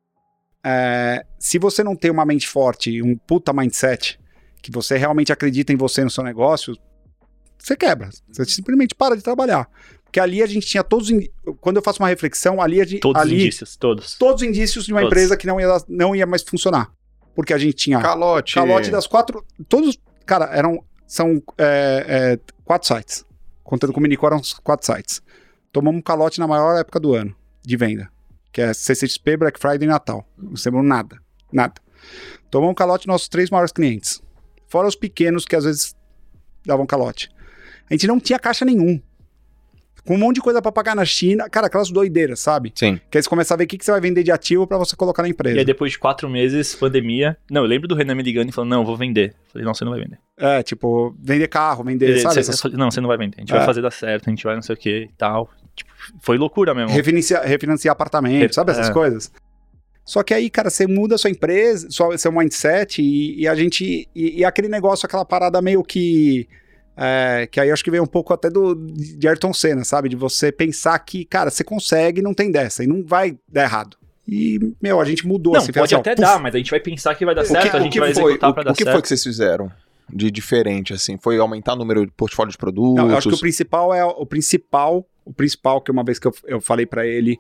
é, se você não tem uma mente forte, um puta mindset, que você realmente acredita em você no seu negócio, você quebra. Você simplesmente para de trabalhar. Porque ali a gente tinha todos... Quando eu faço uma reflexão, ali... A gente, todos ali, os indícios, todos. Todos os indícios de uma todos. empresa que não ia, não ia mais funcionar. Porque a gente tinha... Calote. Calote das quatro... Todos... Cara, eram... São é, é, quatro sites. Contando com o Minicor, eram quatro sites. Tomamos um calote na maior época do ano de venda. Que é C C X P, Black Friday e Natal. Não recebemos nada. Nada. Tomamos um calote nos nossos três maiores clientes. Fora os pequenos que às vezes davam calote. A gente não tinha caixa nenhum. Com um monte de coisa pra pagar na China. Cara, aquelas doideiras, sabe? Sim. Que aí você começa a ver o que, que você vai vender de ativo pra você colocar na empresa. E aí depois de quatro meses, pandemia... Não, eu lembro do Renan me ligando e falando, não, eu vou vender. Eu falei, não, você não vai vender. É, tipo, vender carro, vender, Ele, sabe? Você, essas... falei, não, você não vai vender. A gente é. vai fazer dar certo, a gente vai não sei o que e tal. Tipo, foi loucura mesmo. Refinanciar, refinanciar apartamento, Re... sabe essas é. coisas? Só que aí, cara, você muda a sua empresa, sua, seu mindset e, e a gente... E, e aquele negócio, aquela parada meio que... É, que aí acho que vem um pouco até do, de Ayrton Senna, sabe? De você pensar que, cara, você consegue, não tem dessa, e não vai dar errado. E, meu, a gente mudou. Não, assim, pode assim, até ó, dar, mas a gente vai pensar que vai dar o certo, que, a gente que vai foi, executar o, pra dar certo. O que certo. foi que vocês fizeram de diferente, assim? Foi aumentar o número de portfólio de produtos? Não, eu acho que o principal é o principal, o principal que uma vez que eu, eu falei pra ele,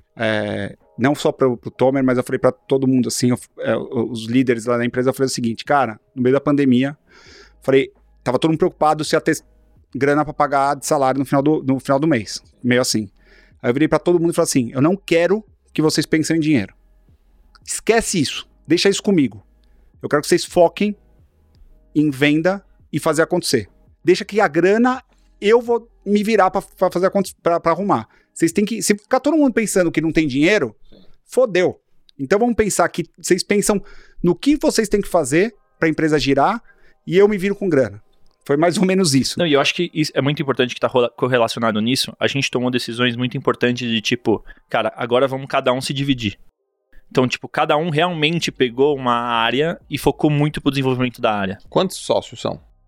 é, não só pro, pro Tomer, mas eu falei pra todo mundo, assim, eu, é, os líderes lá da empresa, eu falei o seguinte, cara, no meio da pandemia, falei, tava todo mundo preocupado se ia ter grana pra pagar de salário no final do, no final do mês, meio assim. Aí eu virei pra todo mundo e falei assim, eu não quero que vocês pensem em dinheiro. Esquece isso, deixa isso comigo. Eu quero que vocês foquem em venda e fazer acontecer. Deixa que a grana eu vou me virar pra, pra fazer pra, pra arrumar. Vocês têm que, se ficar todo mundo pensando que não tem dinheiro, fodeu. Então vamos pensar que vocês pensam no que vocês têm que fazer pra empresa girar e eu me viro com grana. Foi mais ou menos isso. Não, e eu acho que isso é muito importante que tá correlacionado nisso. A gente tomou decisões muito importantes de tipo, cara, agora vamos cada um se dividir. Então, tipo, cada um realmente pegou uma área e focou muito pro desenvolvimento da área. Quantos sócios são?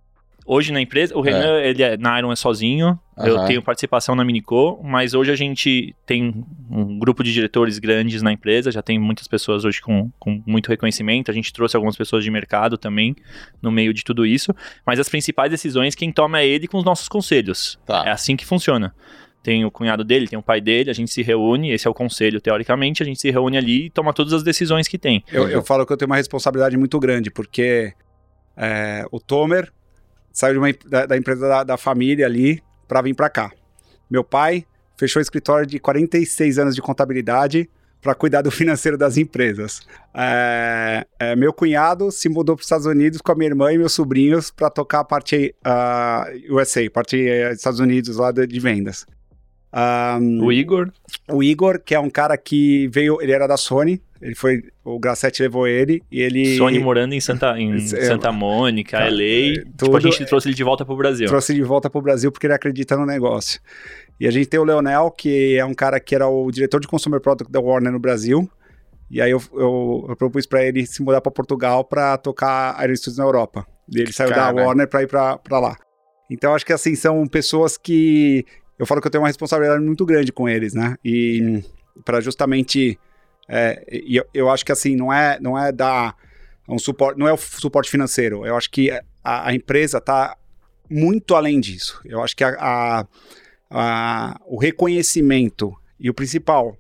Hoje na empresa, o Renan, ele é, na Iron é sozinho, uhum. eu tenho participação na Minico, mas hoje a gente tem um grupo de diretores grandes na empresa, já tem muitas pessoas hoje com, com muito reconhecimento, a gente trouxe algumas pessoas de mercado também no meio de tudo isso, mas as principais decisões quem toma é ele com os nossos conselhos. Tá. É assim que funciona. Tem o cunhado dele, tem o pai dele, a gente se reúne, esse é o conselho, teoricamente, a gente se reúne ali e toma todas as decisões que tem. Eu, eu falo que eu tenho uma responsabilidade muito grande, porque é, o Tomer saiu de uma, da, da empresa da, da família ali para vir para cá. Meu pai fechou o escritório de quarenta e seis anos de contabilidade para cuidar do financeiro das empresas. É, é, meu cunhado se mudou para os Estados Unidos com a minha irmã e meus sobrinhos para tocar a parte uh, U S A, parte uh, Estados Unidos lá de, de vendas. Um, o Igor? O Igor, que é um cara que veio, ele era da Sony, ele foi, o Grassetti levou ele e ele... Sony morando em Santa, em é, Santa Mônica, L A, tudo, tipo, a gente trouxe ele de volta pro Brasil. Trouxe ele de volta pro Brasil porque ele acredita no negócio. E a gente tem o Leonel, que é um cara que era o diretor de Consumer Product da Warner no Brasil, e aí eu, eu, eu propus para ele se mudar para Portugal para tocar Iron Studios na Europa. E ele saiu cara, da Warner para ir para lá. Então acho que assim, são pessoas que... Eu falo que eu tenho uma responsabilidade muito grande com eles, né? E para justamente... É, e eu, eu acho que assim, não é, não é dar um suporte, não é o suporte financeiro. Eu acho que a, a empresa está muito além disso. Eu acho que a, a, a, o reconhecimento e o principal...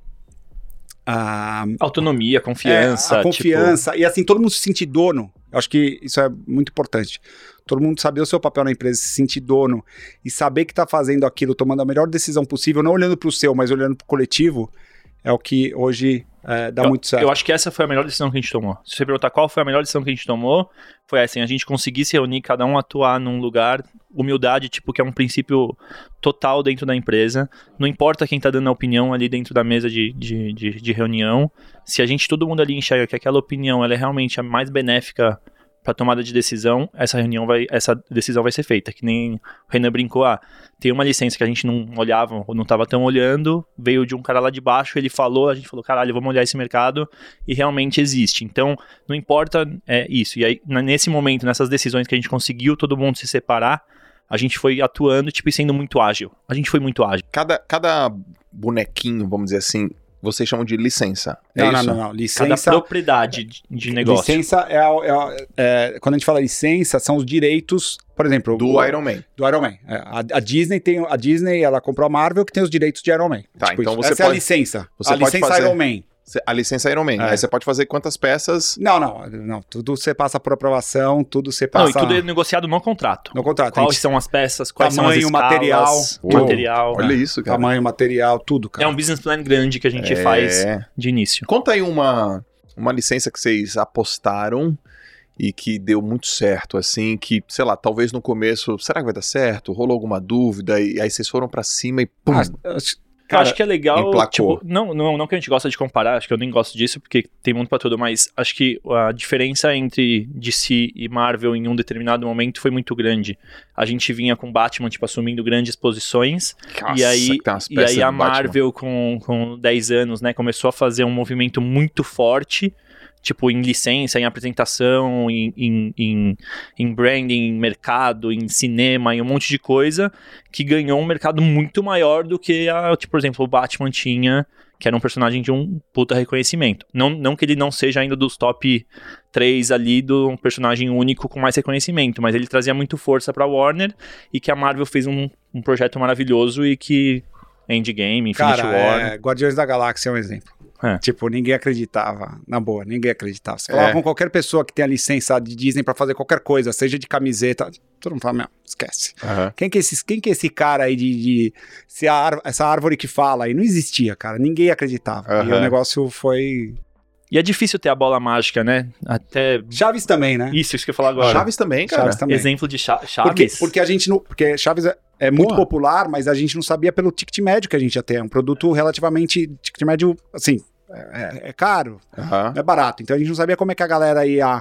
A, autonomia, confiança. É, a confiança. Tipo... E assim, todo mundo se sentir dono. Eu acho que isso é muito importante. Todo mundo saber o seu papel na empresa, se sentir dono e saber que está fazendo aquilo, tomando a melhor decisão possível, não olhando para o seu, mas olhando para o coletivo, é o que hoje é, dá eu, muito certo. Eu acho que essa foi a melhor decisão que a gente tomou. Se você perguntar qual foi a melhor decisão que a gente tomou, foi assim, a gente conseguir se reunir, cada um atuar num lugar, humildade, tipo, que é um princípio total dentro da empresa. Não importa quem está dando a opinião ali dentro da mesa de, de, de, de reunião, se a gente, todo mundo ali enxerga que aquela opinião ela é realmente a mais benéfica para tomada de decisão, essa reunião vai, essa decisão vai ser feita. Que nem o Renan brincou, ah, tem uma licença que a gente não olhava ou não estava tão olhando, veio de um cara lá de baixo, ele falou, a gente falou, caralho, vamos olhar esse mercado e realmente existe. Então, não importa é, isso. E aí, nesse momento, nessas decisões que a gente conseguiu todo mundo se separar, a gente foi atuando, tipo, e sendo muito ágil. A gente foi muito ágil. Cada, cada bonequinho, vamos dizer assim, vocês chamam de licença. É não, isso? não, não, não. Licença, cada propriedade de, de negócio. Licença é, a, é, a, é quando a gente fala licença, são os direitos, por exemplo, do o, Iron Man. Do Iron Man. É, a, a Disney tem a Disney, ela comprou a Marvel que tem os direitos de Iron Man. Tá, tipo então isso. você Essa pode, é a licença. Você a pode licença fazer... Iron Man. A licença Iron Man. É. Aí você pode fazer quantas peças... Não, não, não. Tudo você passa por aprovação, tudo você passa... Não, e tudo é negociado no contrato. No contrato. Quais gente... são as peças, quais tamanho, são as escalas, material. Uou, material. Olha isso, cara. Tamanho, material, tudo, cara. É um business plan grande que a gente é... faz de início. Conta aí uma, uma licença que vocês apostaram e que deu muito certo, assim, que, sei lá, talvez no começo, será que vai dar certo? Rolou alguma dúvida? E aí vocês foram pra cima e pum... Ah, Cara, eu acho que é legal, emplacou. tipo, não, não, não que a gente gosta de comparar, acho que eu nem gosto disso, porque tem muito pra tudo, mas acho que a diferença entre D C e Marvel em um determinado momento foi muito grande. A gente vinha com Batman, tipo, assumindo grandes posições, Nossa, e aí, e aí a Marvel com, com dez anos, né, começou a fazer um movimento muito forte, tipo, em licença, em apresentação, em, em, em, em branding, em mercado, em cinema, em um monte de coisa, que ganhou um mercado muito maior do que, a, tipo, por exemplo, o Batman tinha, que era um personagem de um puta reconhecimento. Não, não que ele não seja ainda dos top três ali, do um personagem único com mais reconhecimento, mas ele trazia muito força pra Warner, e que a Marvel fez um, um projeto maravilhoso e que... Endgame, Infinity Cara, War... É, Guardiões da Galáxia é um exemplo. É. Tipo, ninguém acreditava, na boa, ninguém acreditava. Você falava é. com qualquer pessoa que tem a licença de Disney pra fazer qualquer coisa, seja de camiseta, todo mundo fala, meu, esquece. Uhum. Quem, que é esse, quem que é esse cara aí de... de se a, essa árvore que fala aí? Não existia, cara, ninguém acreditava. Uhum. E o negócio foi... E é difícil ter a bola mágica, né? Até... Chaves também, né? Isso, isso que eu ia falar agora. Chaves também, cara. Chaves também. Exemplo de Cha- Chaves. Porque, porque a gente não... Porque Chaves é, é muito Porra. popular, mas a gente não sabia pelo ticket médio que a gente já tem. É um produto relativamente... Ticket médio, assim... É, é caro, uhum. é barato. Então a gente não sabia como é que a galera ia,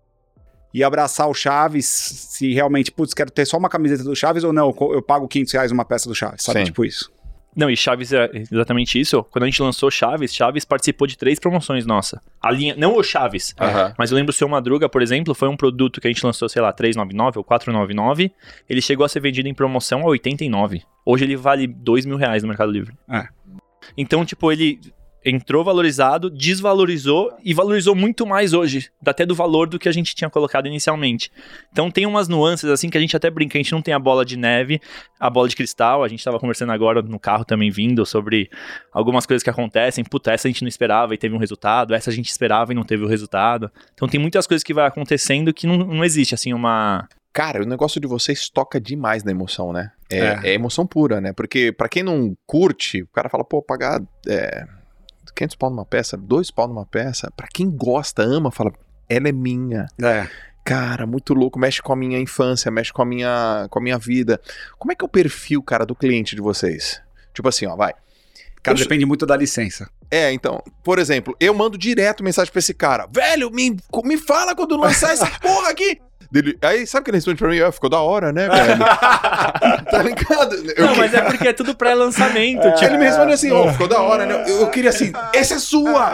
ia abraçar o Chaves, se realmente, putz, quero ter só uma camiseta do Chaves ou não, eu pago quinhentos reais uma peça do Chaves, sabe? Sim. Tipo isso. Não, e Chaves é exatamente isso. Quando a gente lançou Chaves, Chaves participou de três promoções nossa. A linha, não o Chaves, Uhum. mas eu lembro o Seu Madruga, por exemplo, foi um produto que a gente lançou, sei lá, três reais e noventa e nove centavos ou quatro reais e noventa e nove centavos. Ele chegou a ser vendido em promoção a oitenta e nove reais. Hoje ele vale dois mil reais no Mercado Livre. É. Então, tipo, ele entrou valorizado, desvalorizou e valorizou muito mais hoje, até do valor do que a gente tinha colocado inicialmente. Então tem umas nuances assim que a gente até brinca, a gente não tem a bola de neve, a bola de cristal, a gente tava conversando agora no carro também vindo sobre algumas coisas que acontecem, puta, essa a gente não esperava e teve um resultado, essa a gente esperava e não teve o resultado. Então tem muitas coisas que vai acontecendo que não, não existe assim uma... Cara, o negócio de vocês toca demais na emoção, né? É, É. é emoção pura, né? Porque pra quem não curte, o cara fala, pô, pagar é, quinhentos pau numa peça, dois pau numa peça. Pra quem gosta, ama, fala, ela é minha. É. Cara, muito louco, mexe com a minha infância, mexe com a minha, com a minha vida. Como é que é o perfil, cara, do cliente de vocês? Tipo assim, ó, vai. Cara, Eu- depende muito da licença. É, então, por exemplo, eu mando direto mensagem pra esse cara. Velho, me, me fala quando lançar essa porra aqui. Dele, aí, sabe o que ele responde pra mim? Ah, ficou da hora, né, velho? Tá ligado? Eu Não, que- mas é porque é tudo pré-lançamento. Tipo, tipo, ele me responde assim, ó, ficou da hora, né? Eu, eu queria assim, essa é sua!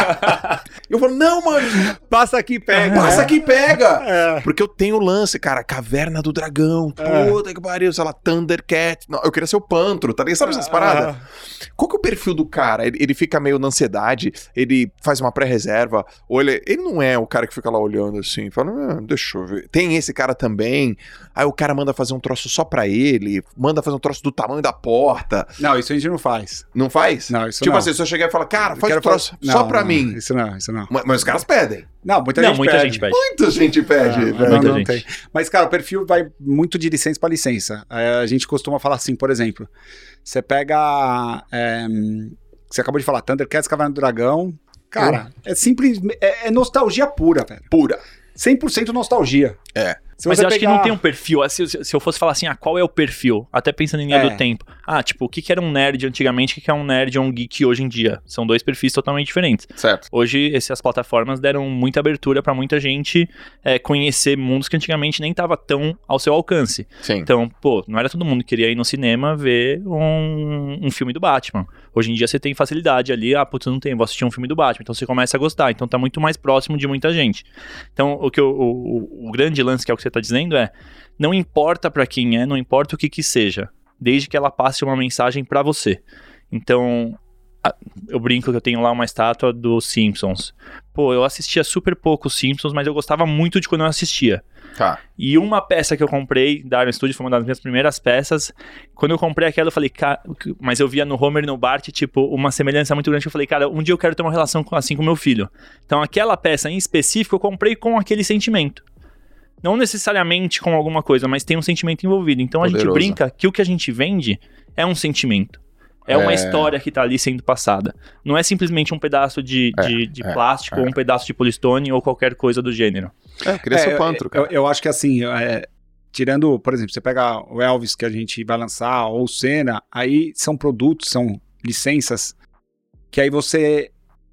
Eu falo, não, mano, Passa aqui, pega. passa aqui e pega! É. Porque eu tenho o lance, cara, Caverna do Dragão, É. puta que pariu, sei lá, Thundercat. Não, eu queria ser o Pantro, tá ligado? Sabe essas paradas? Qual que é o perfil do cara? Ele, ele fica meio na ansiedade, ele faz uma pré-reserva, ou ele, ele não é o cara que fica lá olhando assim, fala, ah, deixa eu ver. Tem esse cara também, aí o cara manda fazer um troço só pra ele, manda fazer um troço do tamanho da porta. Não, isso a gente não faz. Não faz? Não, isso Tipo não. assim, se eu chegar e falar, cara, Eu faz quero um troço fazer- só Não, pra não, mim. Isso não, isso não. Mas, mas os caras pedem. Não, muita não, gente muita pede. gente pede. Muita gente pede, Ah, velho. não, muita não gente. tem. Mas, cara, o perfil vai muito de licença para licença. É, a gente costuma falar assim, por exemplo, você pega... é, você acabou de falar, Thundercats, Caverna do Dragão. Cara, é simples... É, é nostalgia pura, velho. Pura. cem por cento nostalgia. É. Se Mas você eu acho que pegar- não tem um perfil. Se, se- se eu fosse falar assim, ah, qual é o perfil? Até pensando em linha É. do tempo. Ah, tipo, o que, que era um nerd antigamente, o que, que é um nerd ou um geek hoje em dia? São dois perfis totalmente diferentes. Certo. Hoje, essas plataformas deram muita abertura pra muita gente é, conhecer mundos que antigamente nem tava tão ao seu alcance. Sim. Então, pô, não era todo mundo que queria ir no cinema ver um, um filme do Batman. Hoje em dia você tem facilidade ali, ah, putz, não tem, vou assistir um filme do Batman. Então você começa a gostar, então tá muito mais próximo de muita gente. Então, o, que eu- o, o, o grande lance, que é o que você tá dizendo, é, não importa pra quem é, não importa o que que seja, desde que ela passe uma mensagem pra você. Então, a- eu brinco que eu tenho lá uma estátua dos Simpsons. Pô, eu assistia super pouco os Simpsons, mas eu gostava muito de quando eu assistia. Tá. E uma peça que eu comprei da Iron Studio foi uma das minhas primeiras peças. Quando eu comprei aquela, eu falei, cara, mas eu via no Homer e no Bart, tipo, uma semelhança muito grande. Eu falei, cara, um dia eu quero ter uma relação com- assim com meu filho. Então, aquela peça em específico, eu comprei com aquele sentimento. Não necessariamente com alguma coisa, mas tem um sentimento envolvido. Então, a gente Poderoso. brinca que o que a gente vende é um sentimento. É uma É. história que tá ali sendo passada. Não é simplesmente um pedaço de, É, de, de é, plástico é. ou um pedaço de polistone ou qualquer coisa do gênero. É, eu queria É, ser o eu- Pantro, eu, cara. eu acho que assim, é, tirando, por exemplo, você pega o Elvis que a gente vai lançar, ou o Senna, aí são produtos, são licenças, que aí você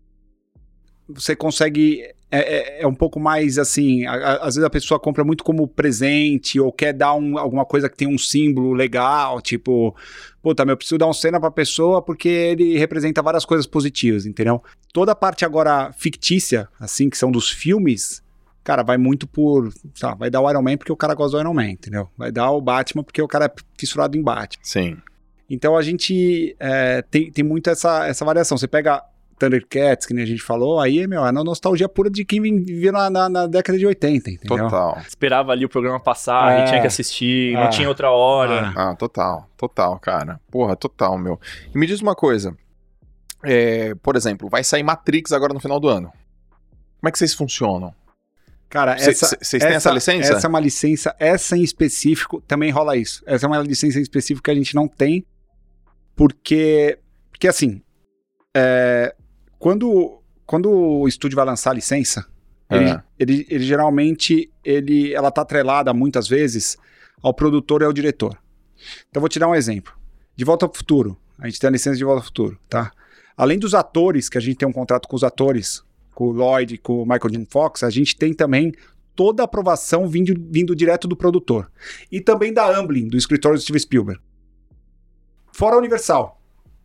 você consegue, é, é- é um pouco mais assim, a- a- às vezes a pessoa compra muito como presente, ou quer dar um- alguma coisa que tem um símbolo legal, tipo, puta, meu, eu preciso dar um Senna pra pessoa porque ele representa várias coisas positivas, entendeu? Toda a parte agora fictícia, assim, que são dos filmes, cara, vai muito por, sei lá, vai dar o Iron Man porque o cara gosta do Iron Man, entendeu? Vai dar o Batman porque o cara é fissurado em Batman. Sim. Então a gente é, tem, tem muito essa, essa variação. Você pega Thundercats, que nem a gente falou, aí, meu, é na nostalgia pura de quem vivia na, na, na década de oitenta, entendeu? Total. Esperava ali o programa passar É. e tinha que assistir, Ah. não tinha outra hora. Ah. Ah, total. Total, cara. Porra, total, meu. E me diz uma coisa. É, por exemplo, vai sair Matrix agora no final do ano. Como é que vocês funcionam? Cara, Cê- essa, cê- Vocês têm essa licença? Essa é uma licença, essa em específico, também rola isso. Essa é uma licença em específico que a gente não tem, porque, porque assim, é, quando, quando o estúdio vai lançar a licença, ele, É. ele, ele geralmente, ele, ela tá atrelada muitas vezes ao produtor e ao diretor. Então vou te dar um exemplo. De Volta ao Futuro, a gente tem a licença de Volta ao Futuro, tá? Além dos atores, que a gente tem um contrato com os atores, com o Lloyd, com o Michael J. Fox, a gente tem também toda a aprovação vindo, vindo direto do produtor. E também da Amblin, do escritório do Steven Spielberg. Fora a Universal.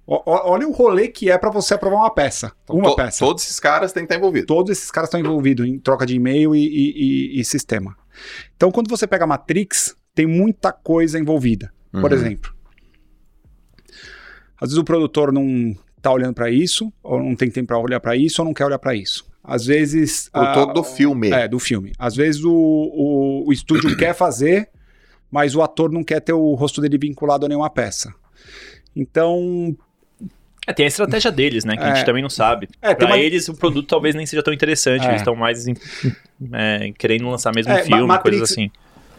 O, olha o rolê que é pra você aprovar uma peça. Então, uma to, peça. Todos esses caras têm que estar envolvidos. Todos esses caras estão envolvidos em troca de e-mail e, e, e, e sistema. Então, quando você pega a Matrix, tem muita coisa envolvida. Uhum. Por exemplo, às vezes o produtor não tá olhando pra isso, ou não tem tempo pra olhar pra isso, ou não quer olhar pra isso. Às vezes... O produtor do filme. É, do filme. Às vezes o, o, o estúdio quer fazer, mas o ator não quer ter o rosto dele vinculado a nenhuma peça. Então... É, tem a estratégia deles, né? Que é, a gente também não sabe. É, pra uma... eles, o produto talvez nem seja tão interessante. É. Eles estão mais em, é, querendo lançar mesmo é, um filme, Matrix... coisas assim.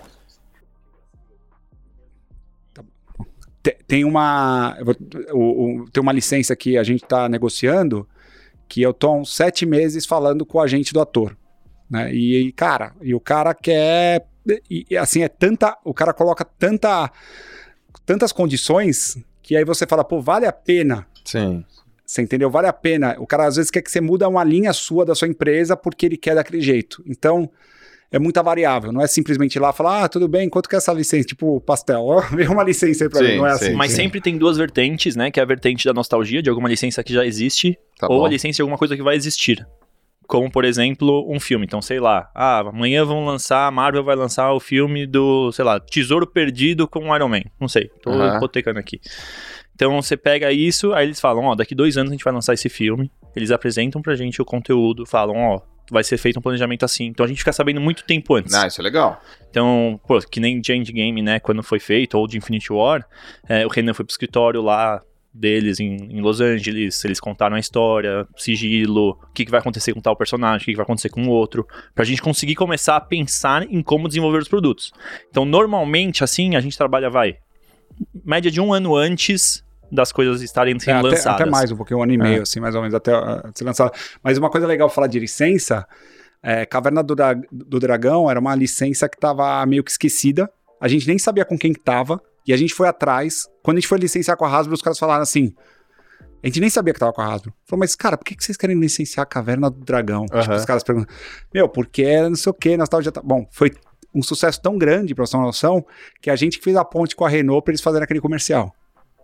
Tem uma, o, o, tem uma licença que a gente está negociando que eu tô há uns sete meses falando com o agente do ator, né? E, e cara, e o cara quer, e, e assim, é tanta, o cara coloca tanta, tantas condições que aí você fala, pô, vale a pena. Sim. Você entendeu? Vale a pena. O cara às vezes quer que você muda uma linha sua da sua empresa porque ele quer daquele jeito. Então, é muita variável, não é simplesmente ir lá e falar, ah, tudo bem, quanto que é essa licença? Tipo, pastel, vem uma licença aí pra sim, mim, não é sim, assim. Mas sim. sempre tem duas vertentes, né, que é a vertente da nostalgia, de alguma licença que já existe, tá ou bom. A licença de alguma coisa que vai existir. Como, por exemplo, um filme. Então, sei lá, ah, amanhã vão lançar, a Marvel vai lançar o filme do, sei lá, Tesouro Perdido com o Iron Man. Não sei, tô uhum. hipotecando aqui. Então, você pega isso, aí eles falam, ó, daqui dois anos a gente vai lançar esse filme, eles apresentam pra gente o conteúdo, falam, ó, vai ser feito um planejamento assim. Então a gente fica sabendo muito tempo antes. Ah, isso é legal. Então, pô, que nem de Endgame, né, quando foi feito, ou de Infinity War, é, o Renan foi pro escritório lá deles em, em Los Angeles, eles contaram a história, sigilo, o que, que vai acontecer com tal personagem, o que, que vai acontecer com o outro, pra gente conseguir começar a pensar em como desenvolver os produtos. Então, normalmente, assim, a gente trabalha, vai, média de um ano antes das coisas estarem sendo é, até, lançadas. Até mais, um pouquinho, um ano e meio, é. assim, mais ou menos, até uh, ser lançado. Mas uma coisa legal falar de licença, é, Caverna do, Dra- do Dragão era uma licença que estava meio que esquecida, a gente nem sabia com quem que tava, e a gente foi atrás, quando a gente foi licenciar com a Hasbro, os caras falaram assim, a gente nem sabia que tava com a Hasbro. Falou, mas cara, por que, que vocês querem licenciar a Caverna do Dragão? Uhum. Tipo, os caras perguntam, meu, porque não sei o que, nostalgia... Tá... Bom, foi um sucesso tão grande, pra você ter uma noção, que a gente fez a ponte com a Renault pra eles fazerem aquele comercial.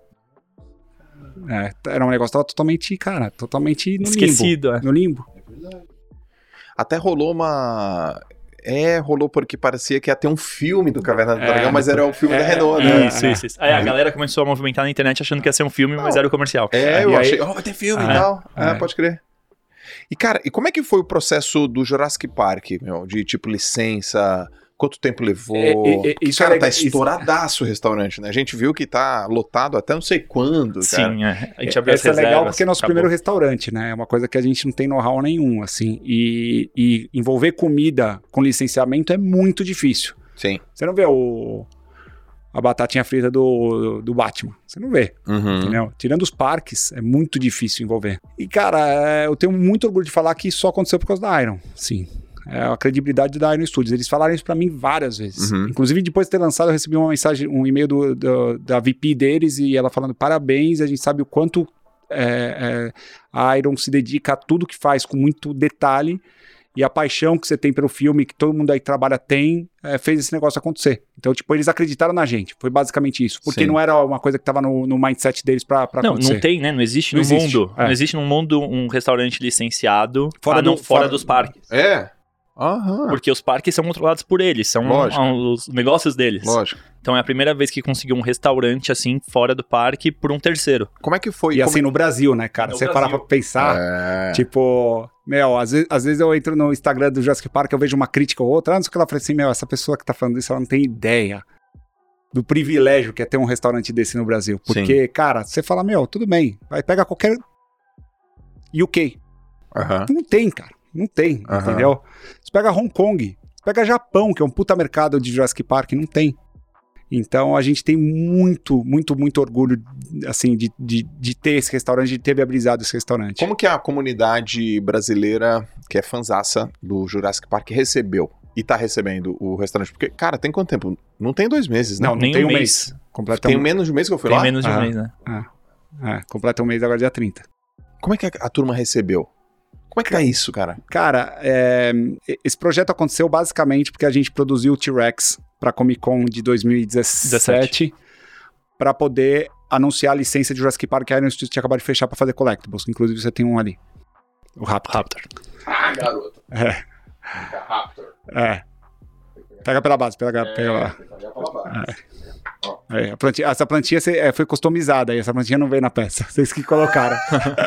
É, era um negócio que tava totalmente, cara, totalmente no esquecido, limbo. É. No limbo. É verdade. Até rolou uma... É, rolou porque parecia que ia ter um filme do Caverna do Dragão, é, mas era o filme é, da Renault, né? Isso, isso, isso. Aí a galera começou a movimentar na internet achando que ia ser um filme, não, mas era o comercial. É, é eu aí... achei, ó, oh, vai ter filme ah, e tal. É, é, pode crer. E, cara, e como é que foi o processo do Jurassic Park, meu? De, tipo, licença... Quanto tempo levou? É, é, é, isso cara, é, tá estouradaço isso... o restaurante, né? A gente viu que tá lotado até não sei quando, sim, cara. Sim, é. A gente abriu as reservas. É legal porque é nosso acabou. Primeiro restaurante, né? É uma coisa que a gente não tem know-how nenhum, assim. E, e envolver comida com licenciamento é muito difícil. Sim. Você não vê o... a batatinha frita do, do Batman. Você não vê, uhum. entendeu? Tirando os parques, é muito difícil envolver. E, cara, eu tenho muito orgulho de falar que isso só aconteceu por causa da Iron, sim. É a credibilidade da Iron Studios. Eles falaram isso pra mim várias vezes. Uhum. Inclusive, depois de ter lançado, eu recebi uma mensagem, um e-mail do, do, da V P deles e ela falando parabéns, a gente sabe o quanto é, é, a Iron se dedica a tudo que faz com muito detalhe e a paixão que você tem pelo filme, que todo mundo aí que trabalha tem, é, fez esse negócio acontecer. Então, tipo, eles acreditaram na gente. Foi basicamente isso. Porque Sim. não era uma coisa que tava no, no mindset deles pra, pra não, acontecer. Não tem, né? Não existe não no existe. mundo. É. Não existe no mundo um restaurante licenciado fora, do, não, fora, fora dos parques. É. Aham. Porque os parques são controlados por eles, são um, os negócios deles. Lógico. Então é a primeira vez que conseguiu um restaurante assim, fora do parque, por um terceiro. Como é que foi? E Como... assim, no Brasil, né, cara? No Você Brasil. Para pra pensar, é... tipo... Meu, às vezes, às vezes eu entro no Instagram do Jurassic Park, eu vejo uma crítica ou outra, antes que ela fala assim, meu, essa pessoa que tá falando isso, ela não tem ideia do privilégio que é ter um restaurante desse no Brasil. Porque, Sim. cara, você fala, meu, tudo bem, vai pegar qualquer U K. Uhum. Não tem, cara. Não tem, uhum. entendeu? Você pega Hong Kong, você pega Japão, que é um puta mercado de Jurassic Park, não tem. Então a gente tem muito, muito, muito orgulho, assim, de, de, de ter esse restaurante, de ter viabilizado esse restaurante. Como que a comunidade brasileira, que é fanzaça do Jurassic Park, recebeu e tá recebendo o restaurante? Porque, cara, tem quanto tempo? Não tem dois meses, né? Não, não Nem tem um um mês. mês. Completa tem um... menos de um mês que eu fui tem lá? Tem menos de um ah, mês, né? Ah, ah, completa um mês agora dia trinta. Como é que a, a turma recebeu? Como é que tá isso, cara? Cara, é, esse projeto aconteceu basicamente porque a gente produziu o T-Rex pra Comic Con de dois mil e dezessete para poder anunciar a licença de Jurassic Park que a Iron Studios tinha acabado de fechar pra fazer collectibles, que inclusive você tem um ali. O Raptor. Raptor. Ah, garoto. É. Raptor. É. Pega pela base, pega, É, pega lá. pega pela base. É, a plantinha, essa plantinha cê, é, foi customizada, aí essa plantinha não veio na peça. Vocês que colocaram.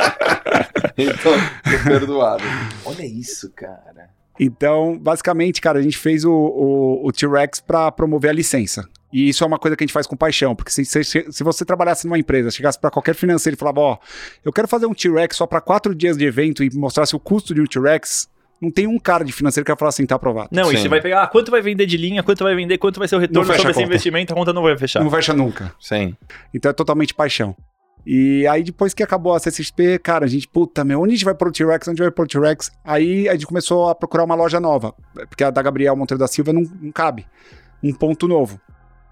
Então, tô perdoado. Olha isso, cara. Então, basicamente, cara, a gente fez o, o, o T-Rex pra promover a licença. E isso é uma coisa que a gente faz com paixão, porque se, se, se você trabalhasse numa empresa, chegasse pra qualquer financeiro e falava, ó, eu quero fazer um T-Rex só pra quatro dias de evento e mostrasse o custo de um T-Rex, não tem um cara de financeiro que vai falar assim, tá aprovado. Não, Sim. e você vai pegar, ah, quanto vai vender de linha, quanto vai vender, quanto vai ser o retorno Não fecha sobre a esse conta. investimento, a conta não vai fechar. Não fecha nunca. Sim. Então é totalmente paixão. E aí depois que acabou a C C X P, cara, a gente, puta, meu, onde a gente vai pôr o T-Rex, onde vai pôr o T-Rex? Aí a gente começou a procurar uma loja nova, porque a da Gabriel Monteiro da Silva não, não cabe. Um ponto novo.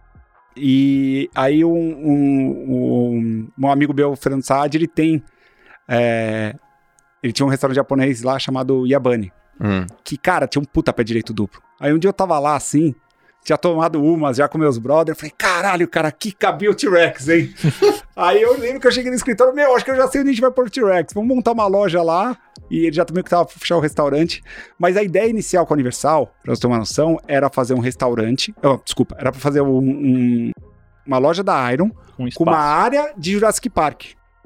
E aí um, um, um, um amigo meu, Fernando Saad, ele tem... É, ele tinha um restaurante japonês lá chamado Yabani. Hum. Que, cara, tinha um puta pé direito duplo. Aí um dia eu tava lá, assim, tinha tomado umas já com meus brothers, falei, caralho, cara, aqui cabia o T-Rex, hein? Aí eu lembro que eu cheguei no escritório, meu, acho que eu já sei onde a gente vai pôr o T-Rex, vamos montar uma loja lá, e ele já também que tava pra fechar o restaurante, mas a ideia inicial com a Universal, pra você ter uma noção, era fazer um restaurante, oh, desculpa, era pra fazer um, um, uma loja da Iron, Um com uma área de Jurassic Park.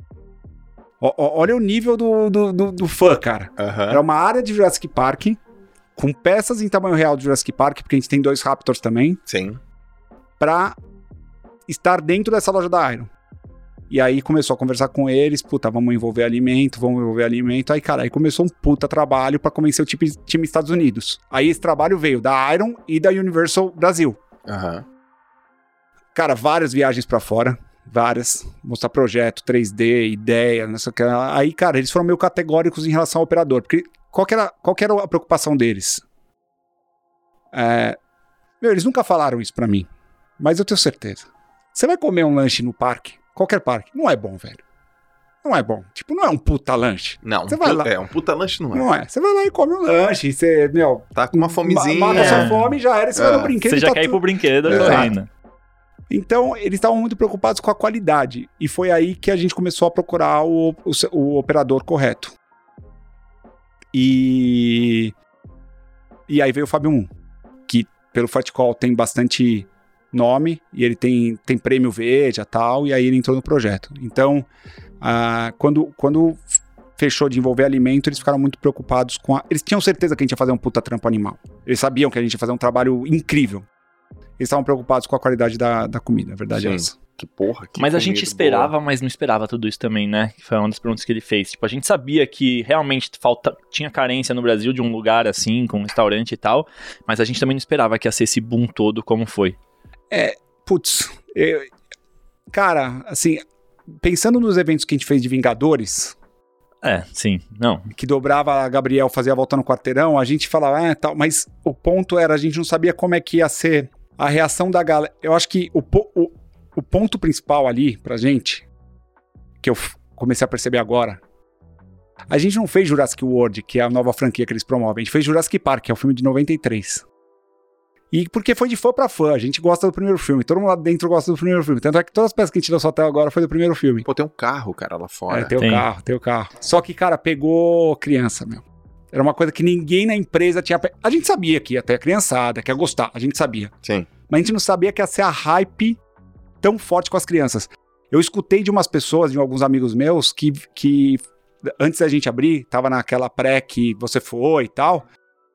O, o, olha o nível do, do, do, do fã, cara. Uhum. Era uma área de Jurassic Park, com peças em tamanho real de Jurassic Park, porque a gente tem dois Raptors também, Sim. pra estar dentro dessa loja da Iron. E aí começou a conversar com eles, puta, vamos envolver alimento, vamos envolver alimento. Aí, cara, aí começou um puta trabalho pra convencer o time, time Estados Unidos. Aí esse trabalho veio da Iron e da Universal Brasil. Uhum. Cara, várias viagens pra fora. Várias, mostrar projeto, três D, ideia, não sei o que. Aí, cara, eles foram meio categóricos em relação ao operador, porque qual que era, qual que era a preocupação deles? É, meu, eles nunca falaram isso pra mim, mas eu tenho certeza. Você vai comer um lanche no parque, qualquer parque, não é bom, velho. Não é bom. Tipo, não é um puta lanche. Não, Você um vai puta, lá. é, um puta lanche não é. Não é. Você vai lá e come um lanche, e você, meu... Tá com uma fomezinha. Mata a sua fome, já era, e você É. vai no brinquedo Você e já tá quer ir tudo- pro brinquedo Exato. correndo. Então, eles estavam muito preocupados com a qualidade. E foi aí que a gente começou a procurar o, o, o operador correto. E... E aí veio o Fábio um, que pelo Fat Call tem bastante nome, e ele tem, tem prêmio Veja e tal, e aí ele entrou no projeto. Então, ah, quando, quando fechou de envolver alimento, eles ficaram muito preocupados com a... Eles tinham certeza que a gente ia fazer um puta trampo animal. Eles sabiam que a gente ia fazer um trabalho incrível. Eles estavam preocupados com a qualidade da, da comida, a verdade Sim. é essa. Que porra. Que Mas a comida gente esperava, mas não esperava tudo isso também, né? Que foi uma das perguntas que ele fez. Tipo, a gente sabia que realmente falta, tinha carência no Brasil de um lugar assim, com um restaurante e tal, mas a gente também não esperava que ia ser esse boom todo como foi. Putz, eu- cara, assim, pensando nos eventos que a gente fez de Vingadores, É, sim, não. que dobrava a Gabriel, fazia a volta no quarteirão, a gente falava, ah, tal, mas o ponto era, a gente não sabia como é que ia ser a reação da galera. Eu acho que o, po- o, o ponto principal ali pra gente, que eu f- comecei a perceber agora, a gente não fez Jurassic World, que é a nova franquia que eles promovem, a gente fez Jurassic Park, que é o filme de noventa e três. E porque foi de fã pra fã, a gente gosta do primeiro filme, todo mundo lá dentro gosta do primeiro filme, tanto é que todas as peças que a gente lançou até agora foi do primeiro filme. Pô, tem um carro, cara, lá fora. É, tem o Tem. carro, tem o carro. Só que, cara, pegou criança, meu. Era uma coisa que ninguém na empresa tinha... pe- A gente sabia que ia ter a criançada, que ia gostar, a gente sabia. Sim. Mas a gente não sabia que ia ser a hype tão forte com as crianças. Eu escutei de umas pessoas, de alguns amigos meus, que, que antes da gente abrir, tava naquela pré que você foi e tal,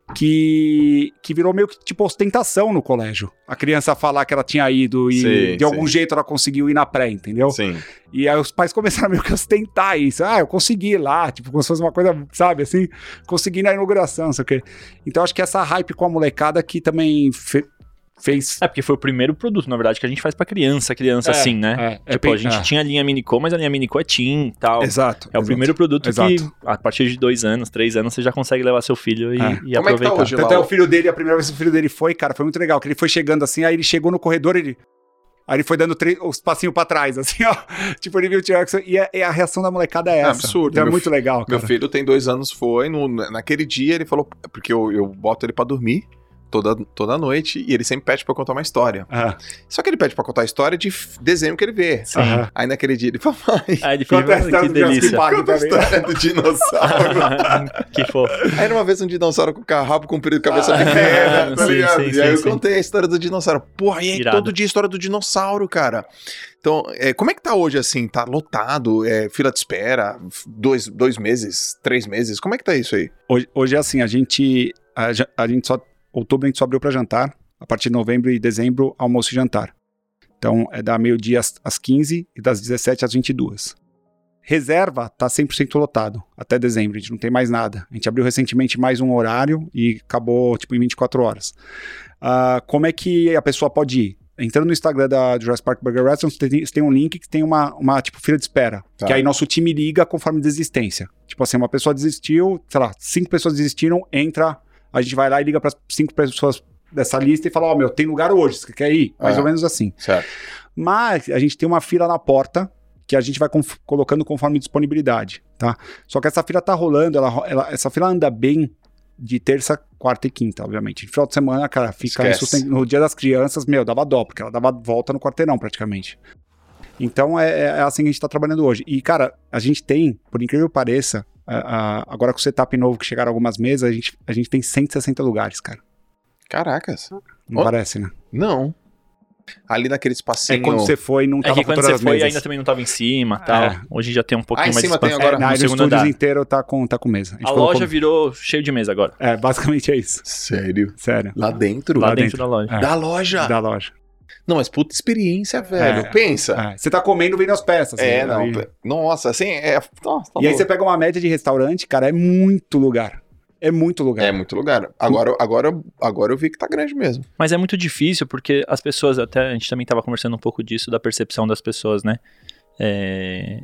que, que virou meio que tipo ostentação no colégio. A criança falar que ela tinha ido e Sim, de algum sim. jeito ela conseguiu ir na pré, entendeu? Sim. E aí os pais começaram meio que a ostentar isso. Ah, eu consegui ir lá, tipo, como se fosse uma coisa, sabe, assim, consegui na inauguração, não sei o quê. Então acho que essa hype com a molecada que também fe- fez... É, porque foi o primeiro produto, na verdade, que a gente faz pra criança, criança É, assim, né? é, é Tipo, bem- a gente é. tinha a linha Minico, mas a linha Minico é teen e tal. Exato. É o exato. primeiro produto Exato. que, a partir de dois anos, três anos, você já consegue levar seu filho e, É. e Como é que tá aproveitar. hoje? Tanto lá, é ó. o filho dele, a primeira vez que o filho dele foi, cara, foi muito legal, que ele foi chegando assim, aí ele chegou no corredor, ele... Aí ele foi dando três, os passinhos pra trás, assim, ó. Tipo, ele viu o T-Rex e a, e a reação da molecada é É essa. absurdo. Então é Meu muito fi- legal, cara. Meu filho tem dois anos, foi. No, naquele dia ele falou. Porque eu, eu boto ele pra dormir. toda, toda noite e ele sempre pede pra contar uma história. Ah. Só que ele pede pra contar a história de f- desenho que ele vê. Sim. Aham. Aí naquele dia ele fala, mãe, Aí ele Conta a fica, história que do Jurassic delícia. Park conta a pra mim. história do dinossauro. Que fofo. Aí era uma vez um dinossauro com o rabo comprido, cabeça Ah, pequena, tá sim, ligado? sim, e sim, aí eu sim. contei a história do dinossauro. Porra, e aí Irado. todo dia a história do dinossauro, cara. Então, é, como é que tá hoje, assim? Tá lotado? É, fila de espera? Dois, dois meses? Três meses? Como é que tá isso aí? Hoje, hoje é assim, a gente, a, ja- a gente só, outubro a gente só abriu pra jantar, a partir de novembro e dezembro, almoço e jantar. Então, é da meio-dia às, às quinze e das dezessete às vinte e duas. Reserva tá cem por cento lotado, até dezembro, a gente não tem mais nada. A gente abriu recentemente mais um horário e acabou, tipo, em vinte e quatro horas. Ah, como é que a pessoa pode ir? Entrando no Instagram da Jurassic Park Burger Restaurant, você tem, você tem um link que tem uma, uma tipo, fila de espera. Tá. Que aí nosso time liga conforme desistência. Tipo assim, uma pessoa desistiu, sei lá, cinco pessoas desistiram, entra, a gente vai lá e liga para cinco pessoas dessa lista e fala, ó, meu, tem lugar hoje, você quer ir? Mais É. ou menos assim. Certo. Mas a gente tem uma fila na porta que a gente vai conf- colocando conforme disponibilidade, tá? Só que essa fila tá rolando, ela, ro- ela- essa fila anda bem de terça, quarta e quinta, obviamente. No final de semana, cara, fica Esquece. insustent- no dia das crianças, meu, dava dó, porque ela dava volta no quarteirão praticamente. Então é, é assim que a gente tá trabalhando hoje. E, cara, a gente tem, por incrível que pareça, a- a- agora com o setup novo que chegaram algumas mesas, a gente, a gente tem cento e sessenta lugares, cara. Caracas. Não Ó. parece, né? Não. Ali naquele espacinho... É quando você foi e não É tava que com quando todas você as foi mesas. ainda também não tava em cima e tal. É. Hoje já tem um pouquinho Ah, em mais de cima tem expansão. agora É, na, no no segundo estúdios andar. inteiro tá com, tá com mesa. A gente colocou- loja virou cheio de mesa agora. É, basicamente é isso. Sério? Sério. Lá dentro? Lá Lá dentro dentro. da loja. É. Da loja? Da loja. Não, mas puta experiência, velho. É. Pensa. É, você tá comendo vendo as peças. É, assim, não. aí- pe- Nossa, assim, é... Nossa, tá E aí louco. você pega uma média de restaurante, cara, é muito lugar. É muito lugar. É muito lugar. Agora, agora, agora eu vi que tá grande mesmo. Mas é muito difícil porque as pessoas, até a gente também tava conversando um pouco disso, da percepção das pessoas, né? É,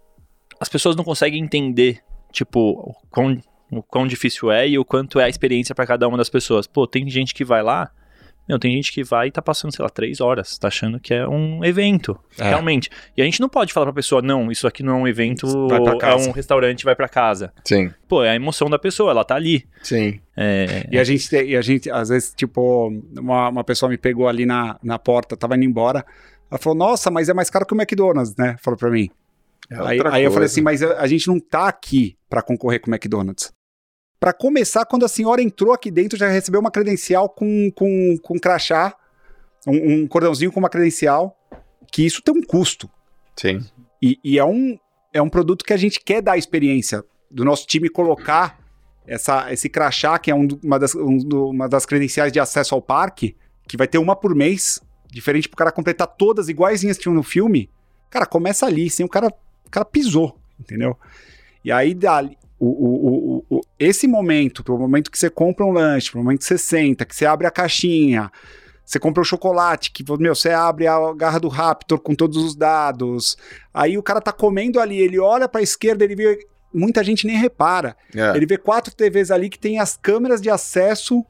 as pessoas não conseguem entender, tipo, o quão, o quão difícil é e o quanto é a experiência pra cada uma das pessoas. Pô, tem gente que vai lá, meu, tem gente que vai e tá passando, sei lá, três horas, tá achando que é um evento, É. realmente. E a gente não pode falar pra pessoa, não, isso aqui não é um evento, Vai pra é casa. um restaurante, vai pra casa. Sim. Pô, é a emoção da pessoa, ela tá ali. Sim. É, E a gente, tem- e a gente, às vezes, tipo, uma, uma pessoa me pegou ali na, na porta, tava indo embora. Ela falou, nossa, mas é mais caro que o McDonald's, né? Falou pra mim. É Aí, outra aí eu falei coisa. assim, mas a, a gente não tá aqui pra concorrer com o McDonald's. Pra começar, quando a senhora entrou aqui dentro, já recebeu uma credencial com, com, com crachá, um, um cordãozinho com uma credencial, que isso tem um custo. Sim. E, e é, um, é um produto que a gente quer dar a experiência do nosso time colocar essa, esse crachá, que é um do- uma, das, um do- uma das credenciais de acesso ao parque, que vai ter uma por mês, diferente pro cara completar todas iguaizinhas que tinham no filme. Cara, começa ali, sem o cara, o cara pisou, entendeu? E aí, dali, o, o, o, o, esse momento, pro momento que você compra um lanche, pro momento que você senta, que você abre a caixinha, você compra o chocolate, que, meu, você abre a garra do Raptor com todos os dados, aí o cara tá comendo ali, ele olha pra esquerda, ele vê, muita gente nem repara, É. ele vê quatro T Vs ali que tem as câmeras de acesso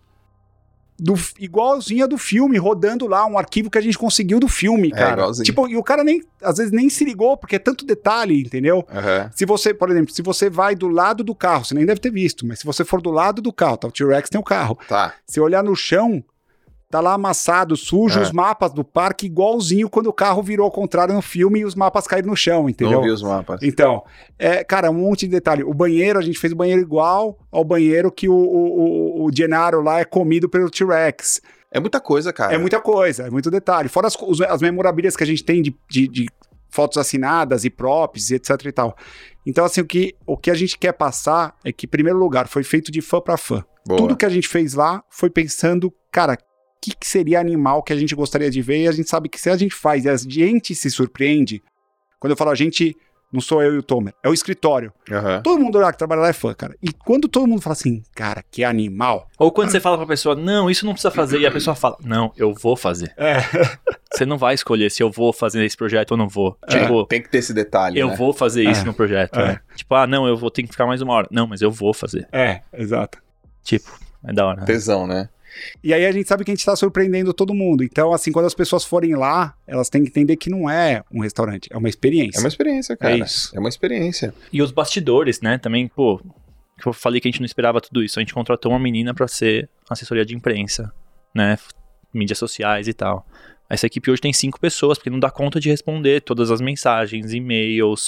do, igualzinha do filme, rodando lá um arquivo que a gente conseguiu do filme, É, cara. igualzinho. Tipo, e o cara nem, às vezes nem se ligou, porque é tanto detalhe, entendeu? Aham. Se você, por exemplo, se você vai do lado do carro, você nem deve ter visto, mas se você for do lado do carro, tá, o T-Rex tem o carro, Tá. se olhar no chão, tá lá amassado, sujo, É. os mapas do parque igualzinho quando o carro virou ao contrário no filme e os mapas caíram no chão, entendeu? Não vi os mapas. Então, é, cara, um monte de detalhe. O banheiro, a gente fez o banheiro igual ao banheiro que o, o, o, o Gennaro lá é comido pelo T-Rex. É muita coisa, cara. É muita coisa, é muito detalhe. Fora as, co- os- as memorabilias que a gente tem de, de, de fotos assinadas e props e etc e tal. Então, assim, o que, o que a gente quer passar é que, em primeiro lugar, foi feito de fã pra fã. Boa. Tudo que a gente fez lá foi pensando, cara, o que, que seria animal que a gente gostaria de ver? E a gente sabe que se a gente faz e a gente se surpreende, quando eu falo a gente, não sou eu e o Tomer, é o escritório. Aham. Todo mundo lá que trabalha lá é fã, cara. E quando todo mundo fala assim, cara, que animal. Ou quando você fala pra pessoa, não, isso não precisa fazer, e a pessoa fala, não, eu vou fazer. É. Você não vai escolher se eu vou fazer esse projeto ou não vou. Tipo, Tem que ter esse detalhe, eu né? vou fazer isso É, no projeto. é. né? Tipo, ah, não, eu vou ter que ficar mais uma hora. Não, mas eu vou fazer. É, exato. Tipo, é da hora. né? Tesão, né? E aí a gente sabe que a gente tá surpreendendo todo mundo. Então, assim, quando as pessoas forem lá, elas têm que entender que não é um restaurante, é uma experiência. É uma experiência, cara. É isso. É uma experiência. E os bastidores, né, também, pô, que eu falei que a gente não esperava tudo isso. A gente contratou uma menina pra ser assessoria de imprensa né? Mídias sociais e tal. Essa equipe hoje tem cinco pessoas, porque não dá conta de responder todas as mensagens, e-mails,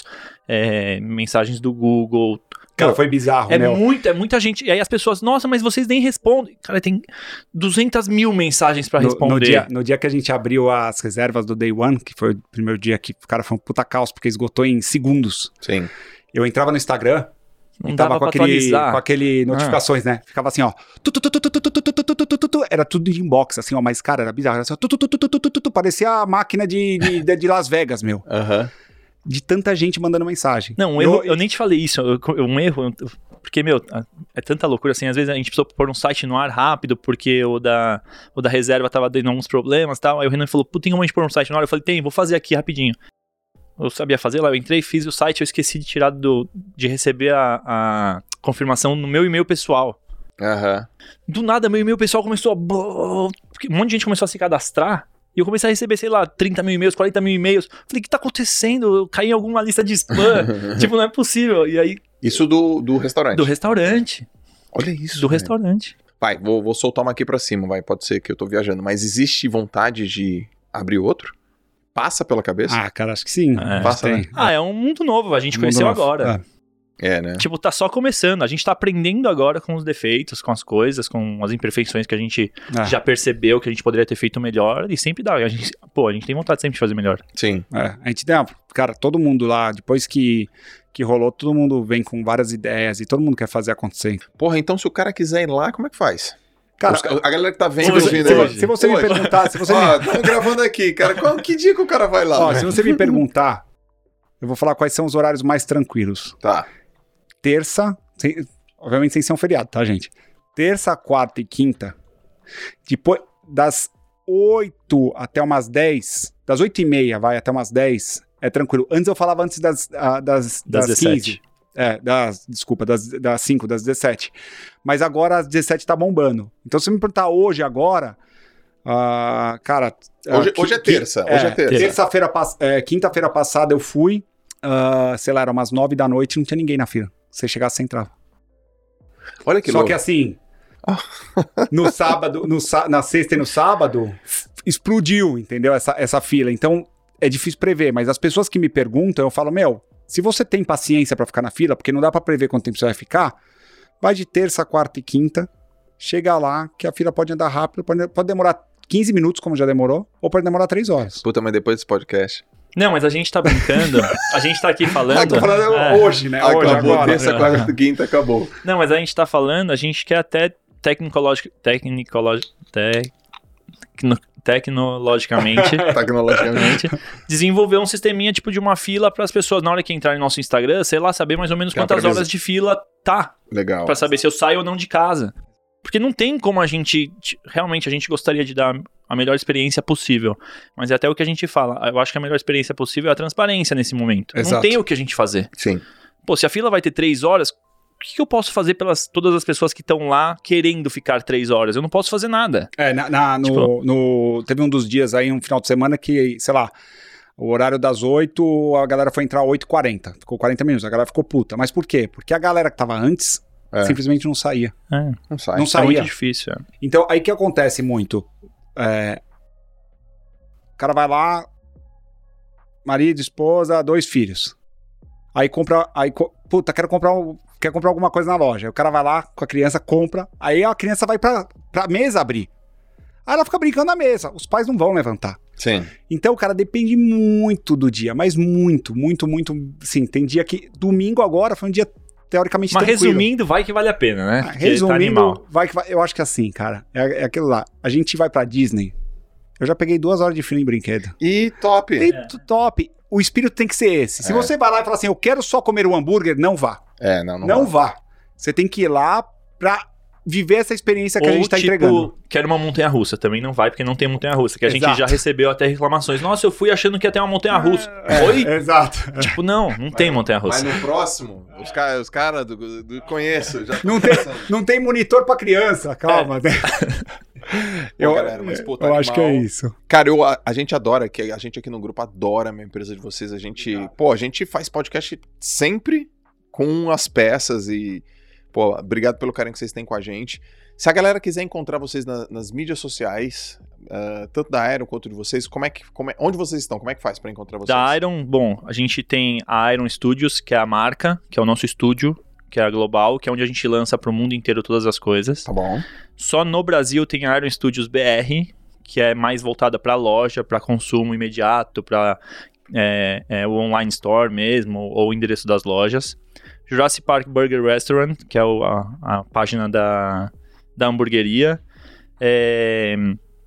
é, mensagens do Google. Cara, foi bizarro, é né? Muita, é muita gente. E aí as pessoas, nossa, mas vocês nem respondem. Cara, tem duzentas mil mensagens pra no, responder. No dia, no dia que a gente abriu as reservas do Day One, que foi o primeiro dia que o cara foi um puta caos, porque esgotou em segundos. Sim. Eu entrava no Instagram, Não e dava tava com pra aquele, atualizar. com aquele notificações, né? Ficava assim, ó. Tu, tu, tu, tu, tu, tu, tu, tu, tu, tu, tu, tu, tu. Era tudo de inbox, assim, ó. Mas, cara, era bizarro. Era assim, ó, tu, tu, tu, tu, tu, tu, tu, tu. Parecia a máquina de, de, de, de Las Vegas, meu. Aham. De tanta gente mandando mensagem. Não, um eu, erro, eu nem te falei isso. eu- eu- Um erro, eu- porque, meu, é tanta loucura assim. Às vezes a gente precisou pôr um site no ar rápido, porque o da, o da reserva tava dando alguns problemas e tal. Aí o Renan falou, pô, tem como a gente pôr um site no ar? Eu falei, tem, vou fazer aqui rapidinho. Eu sabia fazer lá, eu entrei, fiz o site, eu esqueci de tirar do, de receber a, a confirmação no meu e-mail pessoal. Aham. Do nada, meu e-mail pessoal começou a... porque um monte de gente começou a se cadastrar. E eu comecei a receber, sei lá, trinta mil e-mails, quarenta mil e-mails. Falei, o que tá acontecendo? Eu caí em alguma lista de spam. Tipo, não é possível. E aí, Isso do, do restaurante. do restaurante. Olha isso. Do velho. restaurante. Vai, vou, vou soltar uma aqui pra cima, vai. Pode ser que eu tô viajando. Mas existe vontade de abrir outro? Passa pela cabeça? Ah, cara, acho que sim. É. Acho que Passa, tem. né? Ah, é um mundo novo. A gente Mundo conheceu novo. agora. É. É, né? Tipo, tá só começando. A gente tá aprendendo agora com os defeitos, com as coisas, com as imperfeições que a gente É. já percebeu que a gente poderia ter feito melhor. E sempre dá. A gente, pô, a gente tem vontade sempre de fazer melhor. Sim. É, a gente tem, uma- cara, todo mundo lá, depois que, que rolou, todo mundo vem com várias ideias e todo mundo quer fazer acontecer. Porra, então se o cara quiser ir lá, como é que faz? Cara, Os- a galera que tá vendo se você, ouvindo se aí. você- se você me Pô, perguntar, se você me, Ó, estamos gravando aqui, cara. Qual, que dia que o cara vai lá? ó, né? se você me perguntar, eu vou falar quais são os horários mais tranquilos. Tá. Terça, sem- obviamente sem ser um feriado, tá, gente? Terça, quarta e quinta, depois das oito até umas dez, das oito e meia, vai, até umas dez, é tranquilo. Antes eu falava antes das, ah, das, Das das dezessete. quinze. É, das, desculpa, das, das cinco, das dezessete. Mas agora às dezessete tá bombando. Então se você me perguntar hoje, agora, ah, cara... Hoje, ah, qui- hoje é qui- terça. Hoje é terça. Terça-feira, pass- é, quinta-feira passada eu fui, ah, sei lá, era umas nove da noite, não tinha ninguém na fila. Se você chegasse, você entrava. Olha que Só louco. que assim, no sábado, no, sá- na sexta e no sábado, explodiu, entendeu? Essa, essa fila. Então, é difícil prever, mas as pessoas que me perguntam, eu falo, meu, se você tem paciência pra ficar na fila, porque não dá pra prever quanto tempo você vai ficar, vai de terça, quarta e quinta, chega lá, que a fila pode andar rápido, pode, pode demorar quinze minutos, como já demorou, ou pode demorar três horas. Puta, mas depois desse podcast. Não, mas a gente tá brincando. A gente tá aqui falando. Ah, tô falando É. hoje, né? Hoje, Acabou, agora. terça, quarta, quinta, acabou. Não, mas a gente tá falando, a gente quer até tecnologic, tecnicologi, tecno, tecnologicamente Tecnologicamente. desenvolver um sisteminha tipo de uma fila para as pessoas na hora que entrarem no nosso Instagram, sei lá, saber mais ou menos Tem uma quantas previsão. horas de fila tá, Legal. para saber se eu saio ou não de casa. Porque não tem como a gente, t- realmente a gente gostaria de dar a melhor experiência possível, mas é até o que a gente fala, eu acho que a melhor experiência possível é a transparência nesse momento. Não Exato. tem o que a gente fazer. Sim. Pô, se a fila vai ter três horas, o que que eu posso fazer pelas todas as pessoas que estão lá querendo ficar três horas? Eu não posso fazer nada. É, na, na- no, Tipo- no- teve um dos dias aí, um final de semana que, sei lá, o horário das oito, a galera foi entrar oito e quarenta. Ficou quarenta minutos, a galera ficou puta. Mas por quê? Porque a galera que tava antes É. simplesmente não saía. É, Não sai. Não é saía. muito difícil. é. Então, aí que acontece muito? É, o cara vai lá, marido, esposa, dois filhos. Aí compra, aí, co- puta, quero comprar, um- quer comprar alguma coisa na loja. Aí o cara vai lá com a criança, compra, aí a criança vai pra, pra mesa abrir. Aí ela fica brincando na mesa, os pais não vão levantar. Sim. Então, cara, depende muito do dia, mas muito, muito, muito, sim, tem dia que, domingo agora foi um dia teoricamente Mas tranquilo. resumindo, vai que vale a pena, né? Ah, Porque tá resumindo, animal. vai que vai, eu acho que assim, cara, é, é aquilo lá. A gente vai pra Disney. Eu já peguei duas horas de fila em brinquedo. E top. E t- top. O espírito tem que ser esse. Se É. você vai lá e falar assim, eu quero só comer um hambúrguer, não vá. É, não, não. Não, vai. vá. Você tem que ir lá pra viver essa experiência que Ou a gente tá tipo, entregando. quero uma montanha-russa. Também não vai, porque não tem montanha-russa. Que a gente Exato. já recebeu até reclamações. Nossa, eu fui achando que ia ter uma montanha-russa. Oi? Exato. Tipo, não, não tem Mas montanha-russa. no próximo, os caras os cara do, do conheço. Já Não tem, não tem monitor pra criança, calma. né? eu galera, mas, pô, tá eu acho que é animal. isso. Cara, eu, a, a gente adora, que a gente aqui no grupo adora a minha empresa de vocês. A gente, pô, a gente faz podcast sempre com as peças e, pô, obrigado pelo carinho que vocês têm com a gente. Se a galera quiser encontrar vocês na, nas mídias sociais, uh, tanto da Iron quanto de vocês, como é que, como é, onde vocês estão? Como é que faz para encontrar vocês? Da Iron, bom, a gente tem a Iron Studios, que é a marca, que é o nosso estúdio, que é a global, que é onde a gente lança para o mundo inteiro todas as coisas. Tá bom. Só no Brasil tem a Iron Studios B R, que é mais voltada para loja, para consumo imediato, para é, é, o online store mesmo, ou o endereço das lojas. Jurassic Park Burger Restaurant, que é o, a, a página da, da hamburgueria. É,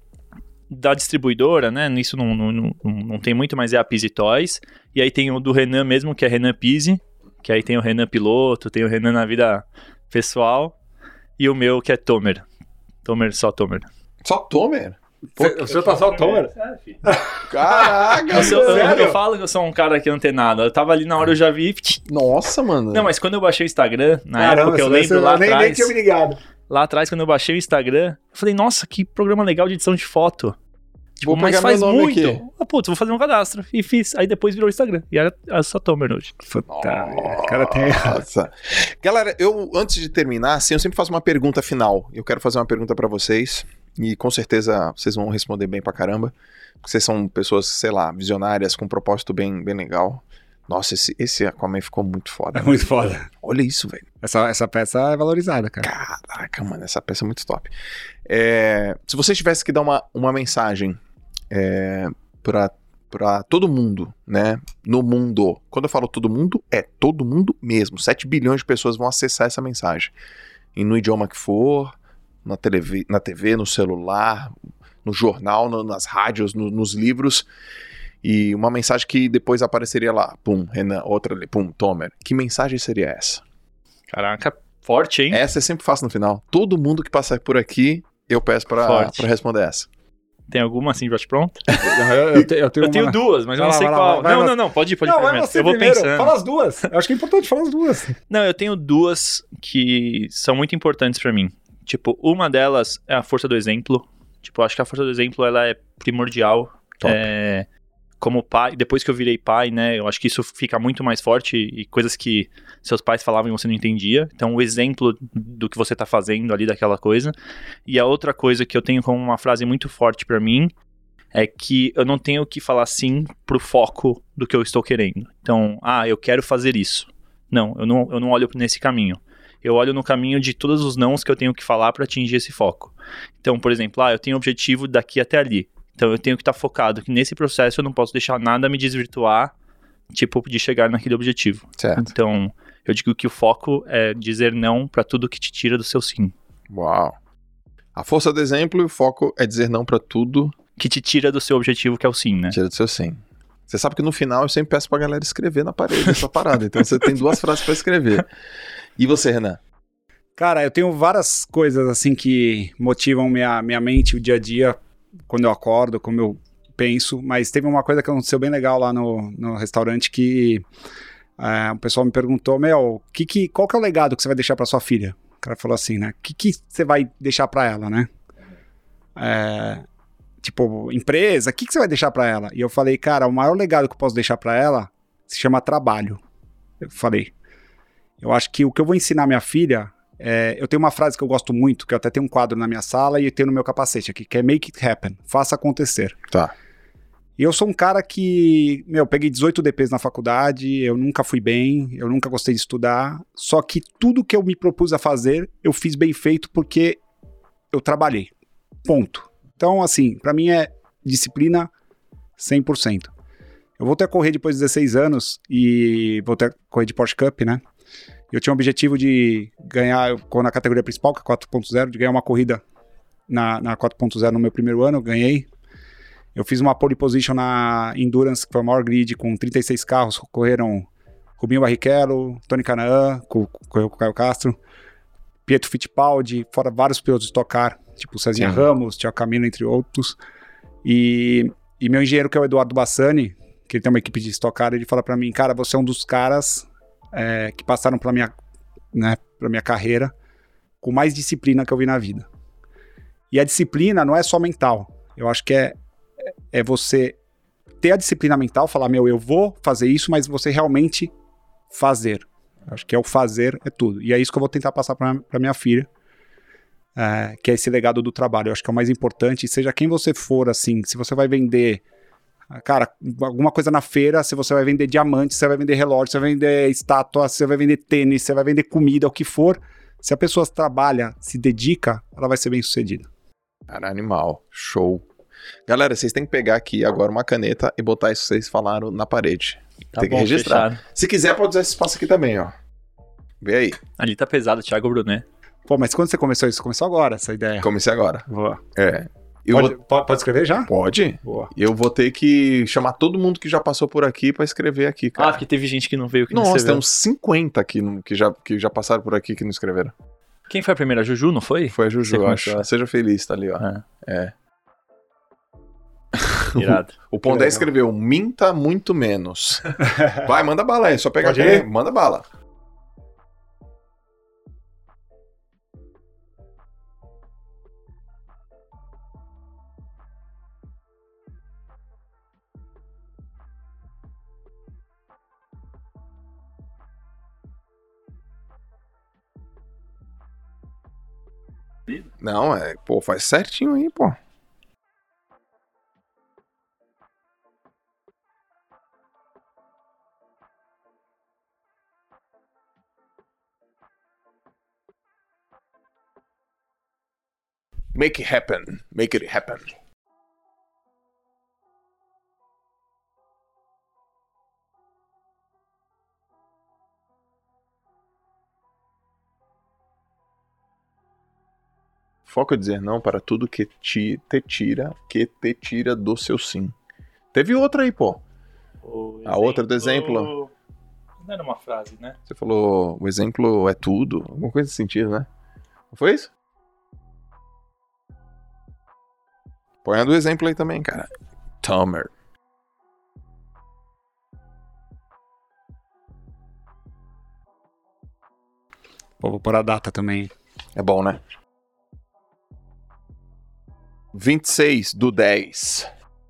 da distribuidora, né? Nisso não, não, não, não tem muito, mas é a Pizzy Toys. E aí tem o do Renan mesmo, que é Renan Pizzy, que aí tem o Renan Piloto, tem o Renan na vida pessoal. E o meu, que é Tomer. Tomer, só Tomer. Só Tomer? O senhor tá só Tomer? Caraca, eu, sou, eu, eu falo que eu sou um cara que antenado. Eu tava ali na hora, eu já vi. Nossa, mano. Não, mas quando eu baixei o Instagram, na Caramba, época, eu lembro lá nem, atrás. Nem tinha me ligado. Lá atrás, quando eu baixei o Instagram, eu falei, nossa, que programa legal de edição de foto. Tipo, Vou mas pegar faz meu nome muito. aqui. Ah, putz, vou fazer um cadastro. E fiz. Aí depois virou o Instagram. E era, era só Tomer hoje. Puta, o cara tem... Nossa. Galera, eu, antes de terminar, assim, eu sempre faço uma pergunta final. Eu quero fazer uma pergunta pra vocês. E com certeza vocês vão responder bem pra caramba. Porque vocês são pessoas, sei lá, visionárias, com um propósito bem, bem legal. Nossa, esse, esse Aquaman ficou muito foda. É muito foda. Olha isso, velho. Essa, essa peça é valorizada, cara. Caraca, mano, essa peça é muito top. É, se você tivesse que dar uma, uma mensagem é, pra, pra todo mundo, né? No mundo. Quando eu falo todo mundo, é todo mundo mesmo. sete bilhões de pessoas vão acessar essa mensagem. E no idioma que for, na, televi- na T V, no celular, no jornal, no, nas rádios, no, nos livros. E uma mensagem que depois apareceria lá. Pum, Renan, outra ali, pum, Tomer. Que mensagem seria essa? Caraca, forte, hein? Essa eu sempre faço no final. Todo mundo que passar por aqui, eu peço pra, pra responder essa. Tem alguma assim de bate-pronto? Eu, eu, te, eu tenho, eu tenho uma... duas, mas eu não vai sei lá, qual. vai, não, vai, não, não, pode ir, pode ir. Não, vai você eu vou primeiro. pensando. Fala as duas. Eu acho que é importante falar as duas. Não, eu tenho duas que são muito importantes pra mim. Tipo, uma delas é a força do exemplo. Tipo, eu acho que a força do exemplo, ela é primordial. Top. É... Como pai, depois que eu virei pai, né, eu acho que isso fica muito mais forte e coisas que seus pais falavam e você não entendia. Então, o exemplo do que você tá fazendo ali daquela coisa. E a outra coisa que eu tenho como uma frase muito forte pra mim é que eu não tenho que falar sim pro foco do que eu estou querendo. Então, ah, eu quero fazer isso. Não, eu não, eu não olho nesse caminho. Eu olho no caminho de todos os nãos que eu tenho que falar para atingir esse foco. Então, por exemplo, ah, eu tenho um objetivo daqui até ali. Então eu tenho que estar focado que nesse processo eu não posso deixar nada me desvirtuar, tipo, de chegar naquele objetivo. Certo. Então, eu digo que o foco é dizer não para tudo que te tira do seu sim. Uau. A força do exemplo e o foco é dizer não pra tudo que te tira do seu objetivo, que é o sim, né? Tira do seu sim. Você sabe que no final eu sempre peço pra galera escrever na parede essa parada. Então você tem duas frases pra escrever. E você, Renan? Cara, eu tenho várias coisas assim que motivam minha, minha mente, o dia a dia, quando eu acordo, como eu penso, mas teve uma coisa que aconteceu bem legal lá no, no restaurante que é, o pessoal me perguntou, meu, que, que, qual que é o legado que você vai deixar pra sua filha? O cara falou assim, né, o que, que você vai deixar pra ela, né? É, tipo, empresa, o que, que você vai deixar pra ela? E eu falei, cara, o maior legado que eu posso deixar pra ela se chama trabalho. Eu falei, eu acho que o que eu vou ensinar minha filha... É, eu tenho uma frase que eu gosto muito, que eu até tenho um quadro na minha sala e tenho no meu capacete aqui, que é make it happen, faça acontecer. Tá. E eu sou um cara que, meu, peguei dezoito D Ps na faculdade, eu nunca fui bem, eu nunca gostei de estudar, só que tudo que eu me propus a fazer, eu fiz bem feito porque eu trabalhei. Ponto. Então, assim, pra mim é disciplina cem por cento. Eu voltei a correr depois de dezesseis anos e voltei a correr de Porsche Cup, né? Eu tinha o objetivo de ganhar, na categoria principal, que é quatro ponto zero, de ganhar uma corrida na, na quatro ponto zero no meu primeiro ano, eu ganhei. Eu fiz uma pole position na Endurance, que foi a maior grid, com trinta e seis carros, correram Rubinho Barrichello, Tony Canaan, correu com o Caio Castro, Pietro Fittipaldi, fora vários pilotos de Stock Car, tipo Cezinha Ramos, Thiago Camilo, entre outros. E, e meu engenheiro, que é o Eduardo Bassani, que ele tem uma equipe de Stock Car, ele fala pra mim, cara, você é um dos caras... É, que passaram pela minha, né, pela minha carreira com mais disciplina que eu vi na vida. E a disciplina não é só mental. Eu acho que é, é você ter a disciplina mental, falar, meu, eu vou fazer isso, mas você realmente fazer. Eu acho que é o fazer é tudo. E é isso que eu vou tentar passar para minha filha. é, que é esse legado do trabalho. Eu acho que é o mais importante, seja quem você for, assim, se você vai vender, cara, alguma coisa na feira, se você vai vender diamante, se você vai vender relógio, se você vai vender estátua, se você vai vender tênis, se você vai vender comida, o que for, se a pessoa trabalha, se dedica, ela vai ser bem sucedida. Cara, animal. Show. Galera, vocês têm que pegar aqui agora uma caneta e botar isso que vocês falaram na parede. Tá Tem bom, que registrar. fechado. Se quiser, pode usar esse espaço aqui também, ó. Vê aí. Ali tá pesado, Thiago Brunet. Pô, mas quando você começou isso? Começou agora, essa ideia. Comecei agora. Boa. É. Eu Pode, vou... pode, pode escrever já? Pode. Boa. Eu vou ter que chamar todo mundo que já passou por aqui pra escrever aqui, cara. Ah, porque teve gente que não veio, que não Nossa, tem escreveu. uns cinquenta aqui no- que, já, que já passaram por aqui que não escreveram. Quem foi a primeira? A Juju, não foi? Foi a Juju, Você eu começou, acho. é. Seja feliz, tá ali, ó. É. É. Irado. O Pondé legal. escreveu, minta muito menos. Vai, manda bala aí, só pegar Pode aqui. ir? Manda bala. Não, é, pô, faz certinho aí, pô. Make it happen. Make it happen. Foco é dizer não para tudo que te, te tira, que te tira do seu sim. Teve outra aí, pô. O A outra do exemplo. Não era uma frase, né? Você falou, o exemplo é tudo. Alguma coisa nesse sentido, né? Não foi isso? Põe a do exemplo aí também, cara. Tomer. Pô, vou pôr a data também. É bom, né? vinte e seis do dez.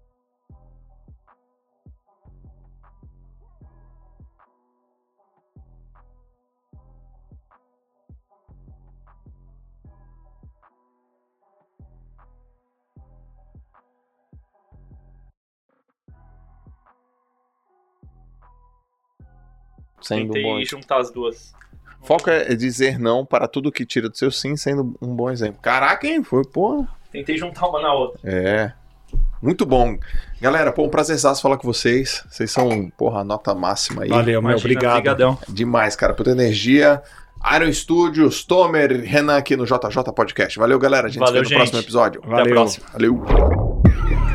Sendo um bom Tentei juntar as duas. Foco é dizer não para tudo que tira do seu sim, sendo um bom exemplo. Caraca, hein? Foi, pô. Tentei juntar uma na outra. É. Muito bom. Galera, pô, um prazerzaço falar com vocês. Vocês são, porra, nota máxima aí. Valeu, meu. Imagina, Obrigado. Brigadão. Demais, cara. Puta energia. Iron Studios, Tomer, Renan aqui no J J Podcast. Valeu, galera. A gente Valeu, se vê no gente. próximo episódio. Até a Valeu. próxima. Valeu.